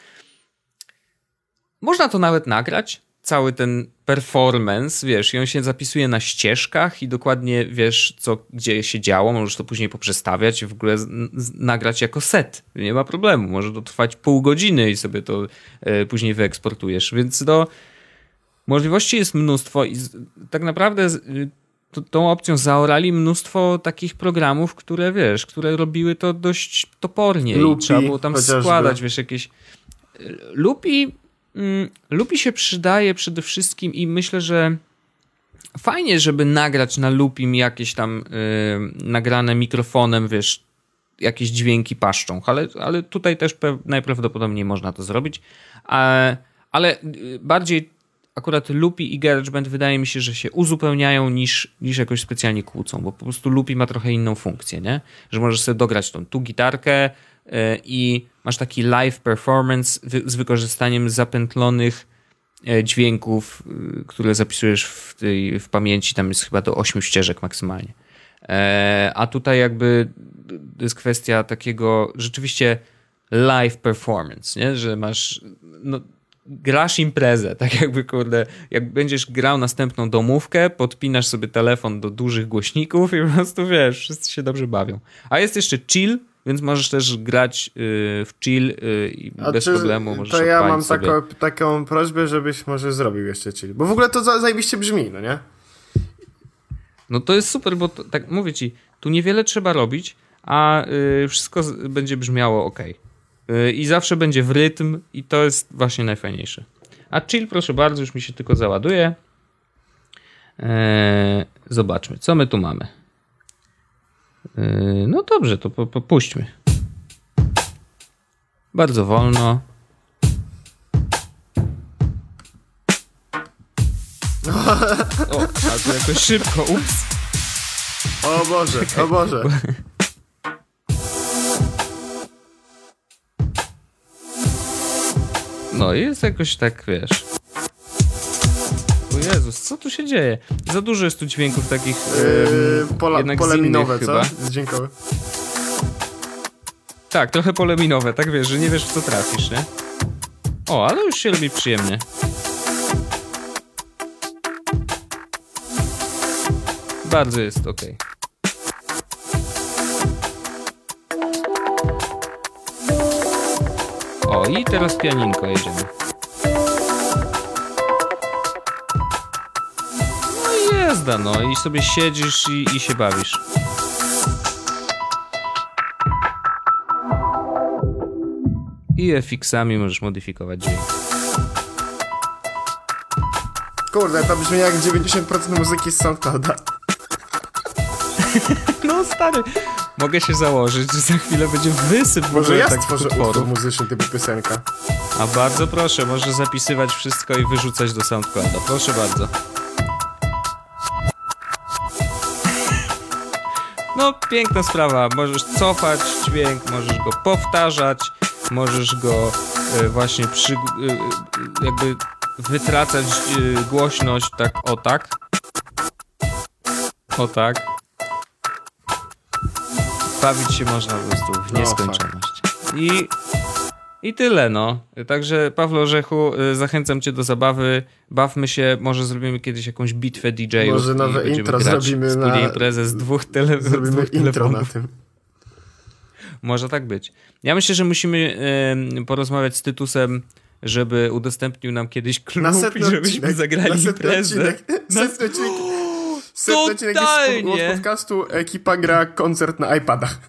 można to nawet nagrać, cały ten performance, wiesz, i on się zapisuje na ścieżkach i dokładnie wiesz, co gdzie się działo, możesz to później poprzestawiać i w ogóle z- z- nagrać jako set. Nie ma problemu, może to trwać pół godziny i sobie to e, później wyeksportujesz, więc no możliwości jest mnóstwo i z, tak naprawdę z, to, tą opcją zaorali mnóstwo takich programów, które wiesz, które robiły to dość topornie Loopy, i trzeba było tam chociażby. składać, wiesz, jakieś Loopy Loopy się przydaje przede wszystkim i myślę, że fajnie, żeby nagrać na Loopim jakieś tam yy, nagrane mikrofonem, wiesz, jakieś dźwięki paszczą, ale, ale tutaj też pe- najprawdopodobniej można to zrobić, a, ale bardziej akurat Loopy i GarageBand wydaje mi się, że się uzupełniają niż, niż jakoś specjalnie kłócą, bo po prostu Loopy ma trochę inną funkcję, nie? Że możesz sobie dograć tą tu gitarkę yy, i masz taki live performance wy- z wykorzystaniem zapętlonych dźwięków, które zapisujesz w, tej, w pamięci, tam jest chyba do ośmiu ścieżek maksymalnie. A tutaj jakby jest kwestia takiego rzeczywiście live performance, nie? Że masz, no, grasz imprezę, tak jakby, kurde, jak będziesz grał następną domówkę, podpinasz sobie telefon do dużych głośników i po prostu, wiesz, wszyscy się dobrze bawią. A jest jeszcze chill, więc możesz też grać y, w chill y, i A bez czy, problemu możesz to ja mam sobie. taką, taką prośbę, żebyś może zrobił jeszcze chill. Bo w ogóle to za- zajebiście brzmi, no nie? No to jest super, bo to, tak mówię ci, tu niewiele trzeba robić, a y, wszystko z, będzie brzmiało ok. Y, I zawsze będzie w rytm i to jest właśnie najfajniejsze. A chill, proszę bardzo, już mi się tylko załaduje. Eee, zobaczmy, co my tu mamy. Eee, no dobrze, to po, po, puśćmy. Bardzo wolno. O, a to jakoś szybko, ups. O Boże, o Boże. No i jest jakoś tak, wiesz. O Jezus, co tu się dzieje? Za dużo jest tu dźwięków takich Yy, pola, jednak pole z innych minowe, chyba. co? Dźwiękowe. Tak, trochę pole minowe, tak wiesz, że nie wiesz w co trafisz, nie? O, ale już się robi przyjemnie. Bardzo jest okej. O, i teraz pianinko jedziemy. No i jazda, no i sobie siedzisz i, i się bawisz. I F X-ami możesz modyfikować dźwięk. Kurde, to brzmi jak dziewięćdziesiąt procent muzyki z SoundClouda. No stary, mogę się założyć, że za chwilę będzie wysyp w Może ogóle ja takich stworzę utworów. utwór muzyczny typu piosenka. A bardzo proszę, możesz zapisywać wszystko i wyrzucać do SoundClouda. Proszę bardzo. No, piękna sprawa. Możesz cofać dźwięk, możesz go powtarzać, możesz go e, właśnie przy, e, jakby wytracać e, głośność tak o tak. O tak. Bawić się można po prostu w nieskończoność. I, I tyle, no. Także Pawle Orzechu, y, zachęcam cię do zabawy. Bawmy się, może zrobimy kiedyś jakąś bitwę D J-ów. Może nowe intro zrobimy na... imprezę z dwóch, tele... Zrobimy z dwóch intro telefonów. na tym. Może tak być. Ja myślę, że musimy y, porozmawiać z Tytusem, żeby udostępnił nam kiedyś klub i żebyśmy odcinek, zagrali na imprezę. Odcinek, Na... setny odcinek. Setny odcinek jest Totalnie! z podcastu ekipa gra koncert na iPadach.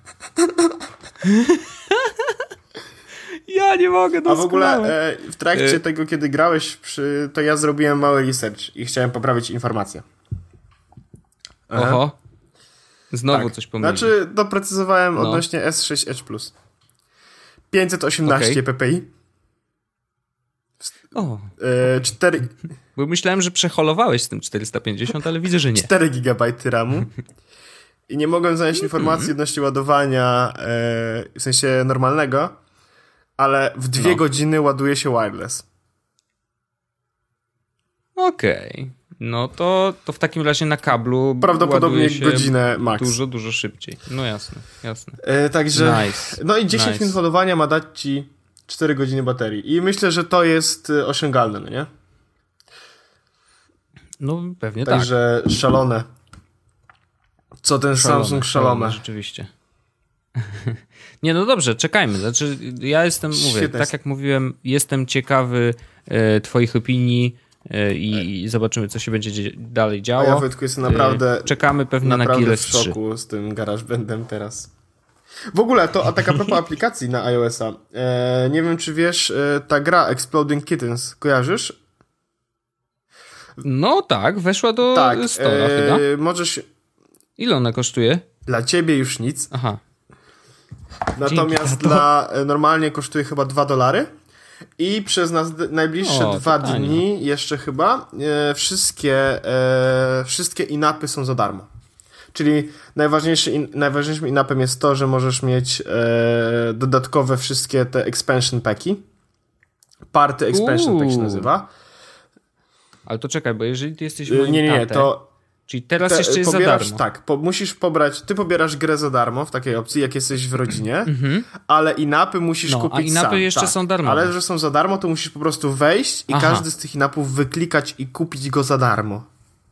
Ja nie mogę, doskonale. A w ogóle e, w trakcie y- tego, kiedy grałeś, przy, to ja zrobiłem mały research i chciałem poprawić informację. Aha. Oho. Znowu Tak. coś pomyliłem. Znaczy, doprecyzowałem No. odnośnie S sześć Edge Plus. pięćset osiemnaście Okay. p p i. O, E, cztery, bo myślałem, że przeholowałeś z tym czterysta pięćdziesiąt, ale widzę, że nie. cztery gigabajty ramu. I nie mogłem znaleźć informacji odnośnie ładowania, e, w sensie normalnego, ale w dwie No. godziny ładuje się wireless. Okej. Okay. No to, to w takim razie na kablu Prawdopodobnie ładuje się godzinę max. dużo, dużo szybciej. No jasne, jasne. E, także, Nice. no i dziesięć Nice. minut ładowania ma dać ci cztery godziny baterii. I myślę, że to jest e, osiągalne, no nie? No pewnie tak. Także szalone. Co ten Szalone, Samsung szalone. Rzeczywiście. Nie, no dobrze, czekajmy. Znaczy, ja jestem, mówię, Świetne tak jest. jak mówiłem, jestem ciekawy e, twoich opinii e, i, i zobaczymy, co się będzie dzie- dalej A działo. ja, Wojtku, jestem naprawdę, E, czekamy pewnie na naprawdę Killers w trzy. szoku z tym GarageBandem teraz. W ogóle, to a tak a propos aplikacji na iOS-a. E, nie wiem, czy wiesz, e, ta gra Exploding Kittens, kojarzysz? No tak, weszła do Tak. Store'a chyba. E, możesz... Ile ona kosztuje? Dla ciebie już nic. Aha. Natomiast za to. dla e, normalnie kosztuje chyba dwa dolary. I przez nas najbliższe O, dwa to tanio. dni jeszcze chyba e, wszystkie, e, wszystkie in-appy są za darmo. Czyli najważniejszy in, najważniejszym in-appem jest to, że możesz mieć e, dodatkowe wszystkie te expansion packi. Party expansion pack się Uuu. nazywa. Ale to czekaj, bo jeżeli ty jesteś Yy, moim nie, nie, nie, tatę, to... czyli teraz te, jeszcze jest pobierasz, za darmo. Tak, po, musisz pobrać, ty pobierasz grę za darmo w takiej opcji, jak jesteś w rodzinie, ale in-upy musisz No, kupić a in-upy sam. jeszcze tak. są darmowe. Ale że są za darmo, to musisz po prostu wejść i Aha. każdy z tych in-upów wyklikać i kupić go za darmo.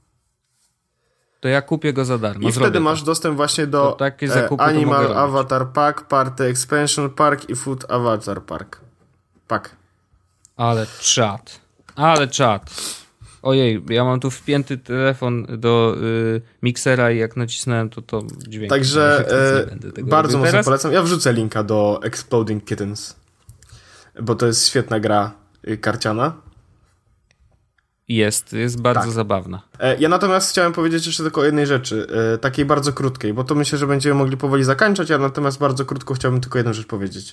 To ja kupię go za darmo. I Zrobię wtedy to. masz dostęp właśnie do To takie zakupy to mogę Animal robić. Avatar Pack, Party Expansion Park i Food Avatar Park. Pack. Ale czad. Ale czad. Ojej, ja mam tu wpięty telefon do y, miksera i jak nacisnąłem, to to dźwięk. Także nie e, będę tego bardzo robił mocno teraz. polecam. Ja wrzucę linka do Exploding Kittens, bo to jest świetna gra y, karciana. Jest, jest bardzo Tak. zabawna. E, ja natomiast chciałem powiedzieć jeszcze tylko o jednej rzeczy, e, takiej bardzo krótkiej, bo to myślę, że będziemy mogli powoli zakończać, ja natomiast bardzo krótko chciałbym tylko jedną rzecz powiedzieć.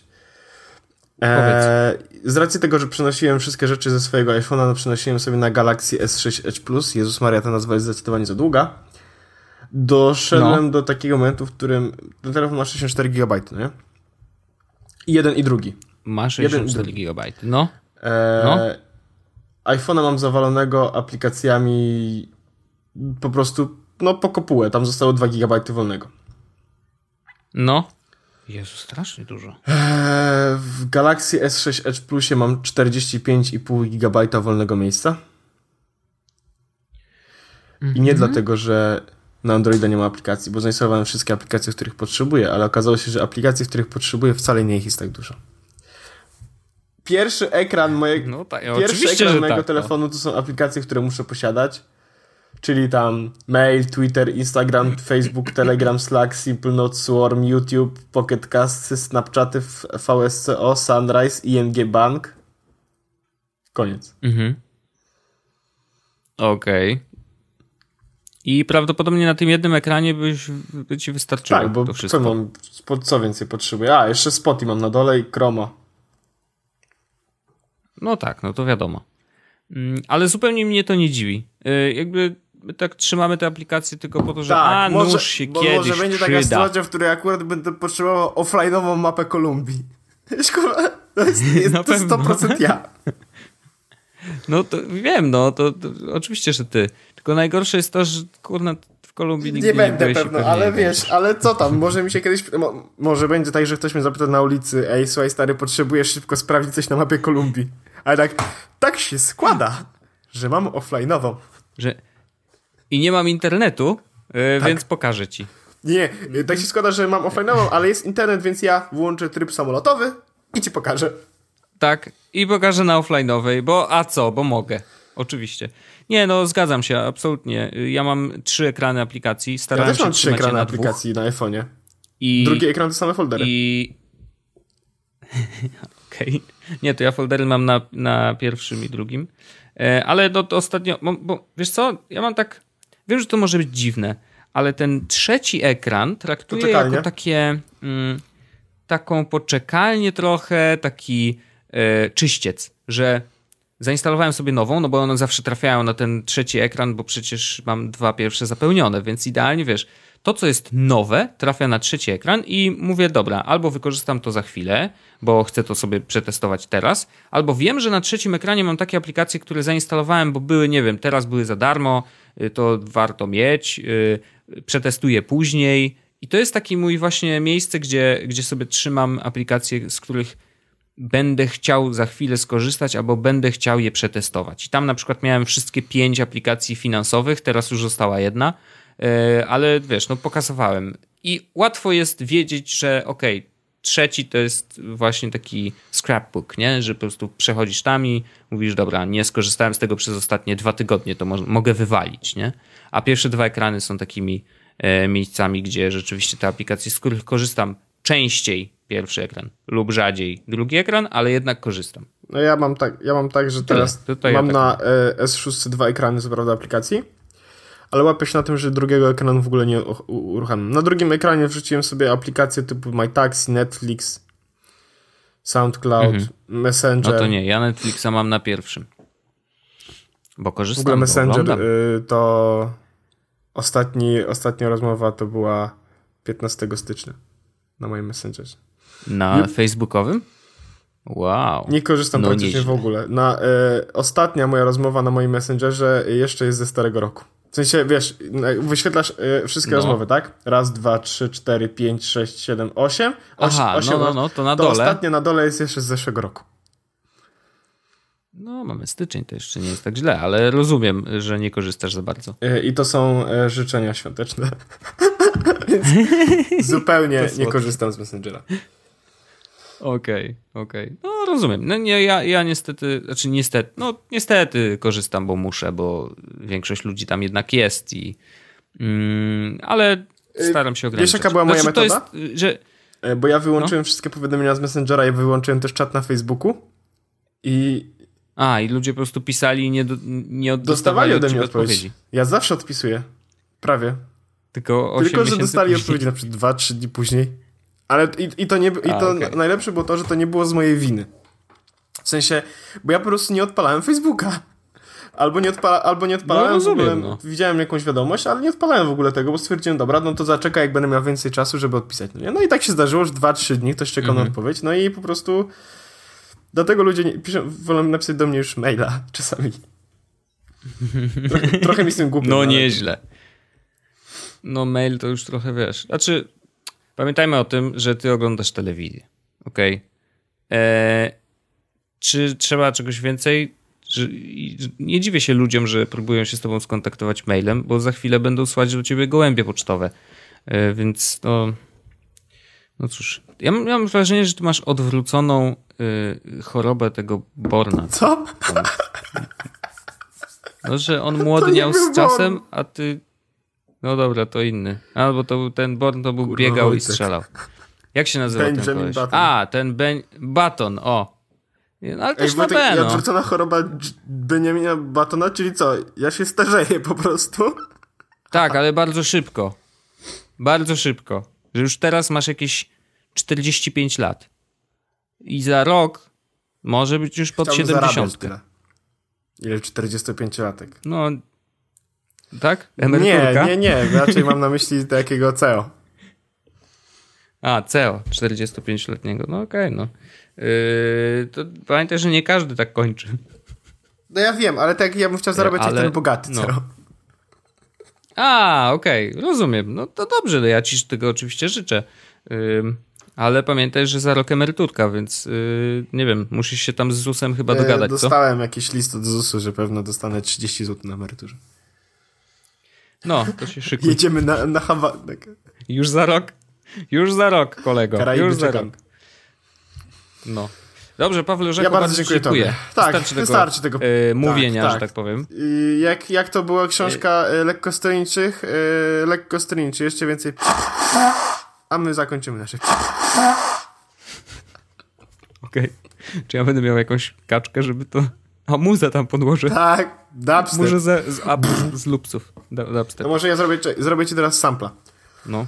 E, z racji tego, że przenosiłem wszystkie rzeczy ze swojego iPhone'a, no przenosiłem sobie na Galaxy S sześć Edge Plus, Jezus Maria, ta nazwa jest zdecydowanie za długa, doszedłem No. do takiego momentu, w którym ten telefon ma sześćdziesiąt cztery gigabajty, nie? I jeden i drugi. Masz Jeden sześćdziesiąt cztery drugi. gigabajty. No. E, No. iPhone'a mam zawalonego aplikacjami po prostu, no po kopułę, tam zostało dwa gigabajty wolnego. No. Jezu, strasznie dużo. Eee, w Galaxy S sześć Edge Plusie mam czterdzieści pięć i pół gigabajta wolnego miejsca. I nie dlatego, że na Androida nie ma aplikacji, bo zainstalowałem wszystkie aplikacje, których potrzebuję, ale okazało się, że aplikacji, których potrzebuję, wcale nie ich jest tak dużo. Pierwszy ekran mojego, No tak, pierwszy oczywiście, ekran że mojego tak, telefonu to są aplikacje, które muszę posiadać. Czyli tam mail, Twitter, Instagram, Facebook, Telegram, Slack, Simple Notes, Swarm, YouTube, Pocket Casty, Snapchaty, V S C O, Sunrise, I N G Bank. Koniec. Mhm. Okej. Okay. I prawdopodobnie na tym jednym ekranie byś, by ci wystarczyło Tak, bo to co, wszystko. mam, co więcej potrzebuję? A, jeszcze Spotify mam na dole i Chroma. No tak, no to wiadomo. Mm, Ale zupełnie mnie to nie dziwi. Yy, jakby my tak trzymamy te aplikacje tylko po to, że Tak, a, może, nóż się bo kiedyś może będzie taka przyda. sytuacja, w której akurat będę potrzebował offline'ową mapę Kolumbii. Szkoda, to jest, jest Na to sto procent ja. No to wiem, no to, to oczywiście, że ty. Tylko najgorsze jest to, że kurna w Kolumbii nigdy Nie nie będę byłeś i pewno, pewnie ale nie wiesz, będziesz. ale co tam, może mi się kiedyś, mo, może będzie tak, że ktoś mnie zapyta na ulicy, ej, słuchaj stary, potrzebujesz szybko sprawdzić coś na mapie Kolumbii. Ale tak, tak się składa, że mam offline'ową. Że... I nie mam internetu, yy, Tak. więc pokażę ci. Nie, tak się składa, że mam offline'ową, ale jest internet, więc ja włączę tryb samolotowy i ci pokażę. Tak, i pokażę na offline'owej, bo a co, bo mogę. Oczywiście. Nie, no zgadzam się, absolutnie. Ja mam trzy ekrany aplikacji, Ja starałem też się mam trzy trzymać je ekrany na aplikacji na iPhone'ie. I... Drugi ekran to same foldery. I... Okej. Okay. Nie, to ja foldery mam na, na pierwszym i drugim. E, ale no, to ostatnio... Bo, bo wiesz co? Ja mam tak... Wiem, że to może być dziwne, ale ten trzeci ekran traktuję Poczekalnie. jako takie... Mm, taką poczekalnię trochę, taki e, czyściec, że zainstalowałem sobie nową, no bo one zawsze trafiają na ten trzeci ekran, bo przecież mam dwa pierwsze zapełnione, więc idealnie, wiesz, to co jest nowe trafia na trzeci ekran i mówię, dobra, albo wykorzystam to za chwilę, bo chcę to sobie przetestować teraz, albo wiem, że na trzecim ekranie mam takie aplikacje, które zainstalowałem, bo były, nie wiem, teraz były za darmo, to warto mieć, przetestuję później i to jest taki mój właśnie miejsce, gdzie, gdzie sobie trzymam aplikacje, z których będę chciał za chwilę skorzystać albo będę chciał je przetestować. I tam na przykład miałem wszystkie pięć aplikacji finansowych, teraz już została jedna, ale wiesz, no pokazywałem. I łatwo jest wiedzieć, że okej, okay, trzeci to jest właśnie taki scrapbook, nie? Że po prostu przechodzisz tam i mówisz, dobra, nie skorzystałem z tego przez ostatnie dwa tygodnie, to mo- mogę wywalić, nie? A pierwsze dwa ekrany są takimi e, miejscami, gdzie rzeczywiście te aplikacje, z których korzystam częściej, pierwszy ekran, lub rzadziej drugi ekran, ale jednak korzystam. No ja mam tak, ja mam tak, że teraz Tutaj mam ja na e, S sześć dwa ekrany co prawda aplikacji, ale łapię się na tym, że drugiego ekranu w ogóle nie u- u- uruchamiam. Na drugim ekranie wrzuciłem sobie aplikacje typu MyTaxi, Netflix, SoundCloud, Mhm. Messenger. No to nie, ja Netflixa mam na pierwszym. Bo korzystam, W ogóle bo Messenger oglądam. y, to ostatni, ostatnia rozmowa to była piętnastego stycznia na moim Messengerze. Na Ju- facebookowym? Wow. Nie korzystam no praktycznie w ogóle. Na, e, ostatnia moja rozmowa na moim Messengerze jeszcze jest ze starego roku. W sensie, wiesz, wyświetlasz e, wszystkie no. rozmowy, tak? Raz, dwa, trzy, cztery, pięć, sześć, siedem, osiem. Aha, osiem, no, no, no, to na to dole. ostatnia na dole jest jeszcze z zeszłego roku. No, mamy styczeń, to jeszcze nie jest tak źle, ale rozumiem, że nie korzystasz za bardzo. E, I to są e, życzenia świąteczne. Więc zupełnie nie korzystam z Messengera. Okej, okay, okej. Okay. No rozumiem. No nie, ja, ja niestety, znaczy niestety, no niestety korzystam, bo muszę, bo większość ludzi tam jednak jest i mm, ale staram się ograniczać. Wiesz, jaka była moja znaczy, metoda? To jest, że... Bo ja wyłączyłem no? wszystkie powiadomienia z Messengera i wyłączyłem też czat na Facebooku i... A, i ludzie po prostu pisali i nie, do, nie od, dostawali ode mnie odpowiedzi. odpowiedzi. Ja zawsze odpisuję. Prawie. Tylko, Tylko że dostali później. odpowiedzi na przykład dwa trzy dni później. Ale i, i to, nie, i A, to okay. najlepsze było to, że to nie było z mojej winy. W sensie, bo ja po prostu nie odpalałem Facebooka. Albo nie, odpala, albo nie odpalałem no, rozumiem, w ogóle, no. Widziałem jakąś wiadomość, ale nie odpalałem w ogóle tego, bo stwierdziłem, dobra, no to zaczekaj, jak będę miał więcej czasu, żeby odpisać. No, no i tak się zdarzyło, że dwa trzy dni ktoś czekał mhm. na odpowiedź, no i po prostu dlatego ludzie nie, piszą, wolą napisać do mnie już maila czasami. Trochę, trochę mi z tym głupio. No ale... nieźle. No mail to już trochę wiesz. Znaczy, pamiętajmy o tym, że ty oglądasz telewizję. Okej? Okay? Czy trzeba czegoś więcej? Że, nie dziwię się ludziom, że próbują się z tobą skontaktować mailem, bo za chwilę będą słać do ciebie gołębie pocztowe. E, więc no... No cóż. Ja mam, ja mam wrażenie, że ty masz odwróconą y, chorobę tego Borna. Co? On, no, że on młodniał z czasem, Born. A ty... No dobra, to inny. Albo to był ten Born, to był Kurwa, biegał Wojtek. I strzelał. Jak się nazywa Benjamin ten koleś? Button. A, ten Ben... Button, o. No, ale też Ej, na B, no. Odwrócona choroba Benjamina Buttona, czyli co? Ja się starzeję po prostu? Tak, ale bardzo szybko. Bardzo szybko. Że już teraz masz jakieś czterdzieści pięć lat. I za rok może być już pod siedemdziesiąt. Ile czterdziestopięciolatek? No, tak? Emeryturka? Nie, nie, nie. Raczej mam na myśli takiego C E O. A, C E O, czterdziestopięcioletniego. No okej, okay, no. Yy, to pamiętaj, że nie każdy tak kończy. No ja wiem, ale tak ja bym chciał zarabiać ale, jak ten bogaty no. C E O. A, okej, okay, rozumiem. No to dobrze, no ja ci tego oczywiście życzę. Yy, ale pamiętaj, że za rok emeryturka, więc yy, nie wiem, musisz się tam z ZUS-em chyba dogadać, yy, Dostałem co? jakiś list od ZUS-u, że pewno dostanę trzydzieści złotych na emeryturze. No, to się szykuj. Jedziemy na, na Hawaii. Już za rok? Już za rok, kolego. Karaiby Już za czekam. rok. No. Dobrze, Paweł Rzeko, ja bardzo, bardzo dziękuję dziękuję. Tobie. Tak, wystarczy, wystarczy tego, tego, tego mówienia, tak, że tak. tak powiem. Jak, jak to była książka y... lekkostroniczych? Y, lekkostroniczy, jeszcze więcej. A my zakończymy nasze. Okej. Okay. Czy ja będę miał jakąś kaczkę, żeby to... A muzę tam podłożę. Tak, dubstep. Może z, z, a, z lupców. Dubstep. To może ja zrobię, zrobię ci teraz sampla. No.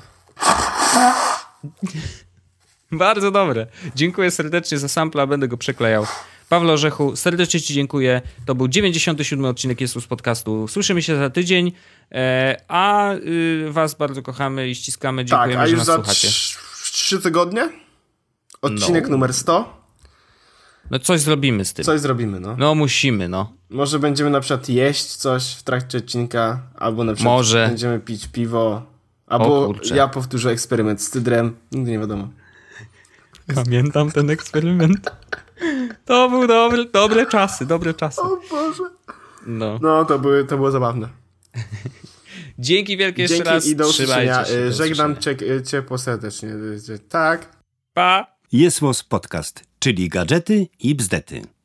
Bardzo dobre. Dziękuję serdecznie za sampla, będę go przeklejał. Pawle Orzechu, serdecznie ci dziękuję. To był dziewięćdziesiąty siódmy odcinek Jesus Podcastu. Słyszymy się za tydzień, a was bardzo kochamy i ściskamy. Dziękujemy, tak, a że już nas za słuchacie. trzy tygodnie? Odcinek no. numer sto? No coś zrobimy z tym. Coś zrobimy, no. No musimy, no. Może będziemy na przykład jeść coś w trakcie odcinka, albo na przykład Może. będziemy pić piwo, albo ja powtórzę eksperyment z cydrem. Nigdy nie wiadomo. Pamiętam ten eksperyment. To był dobry, dobre czasy, dobre czasy. O Boże. No, no to, były, to było zabawne. Dzięki wielkie jeszcze Dzięki raz. i do usłyszenia. Się, Żegnam cię ciepło serdecznie. Tak. Pa. Jest Podcast, czyli gadżety i bzdety.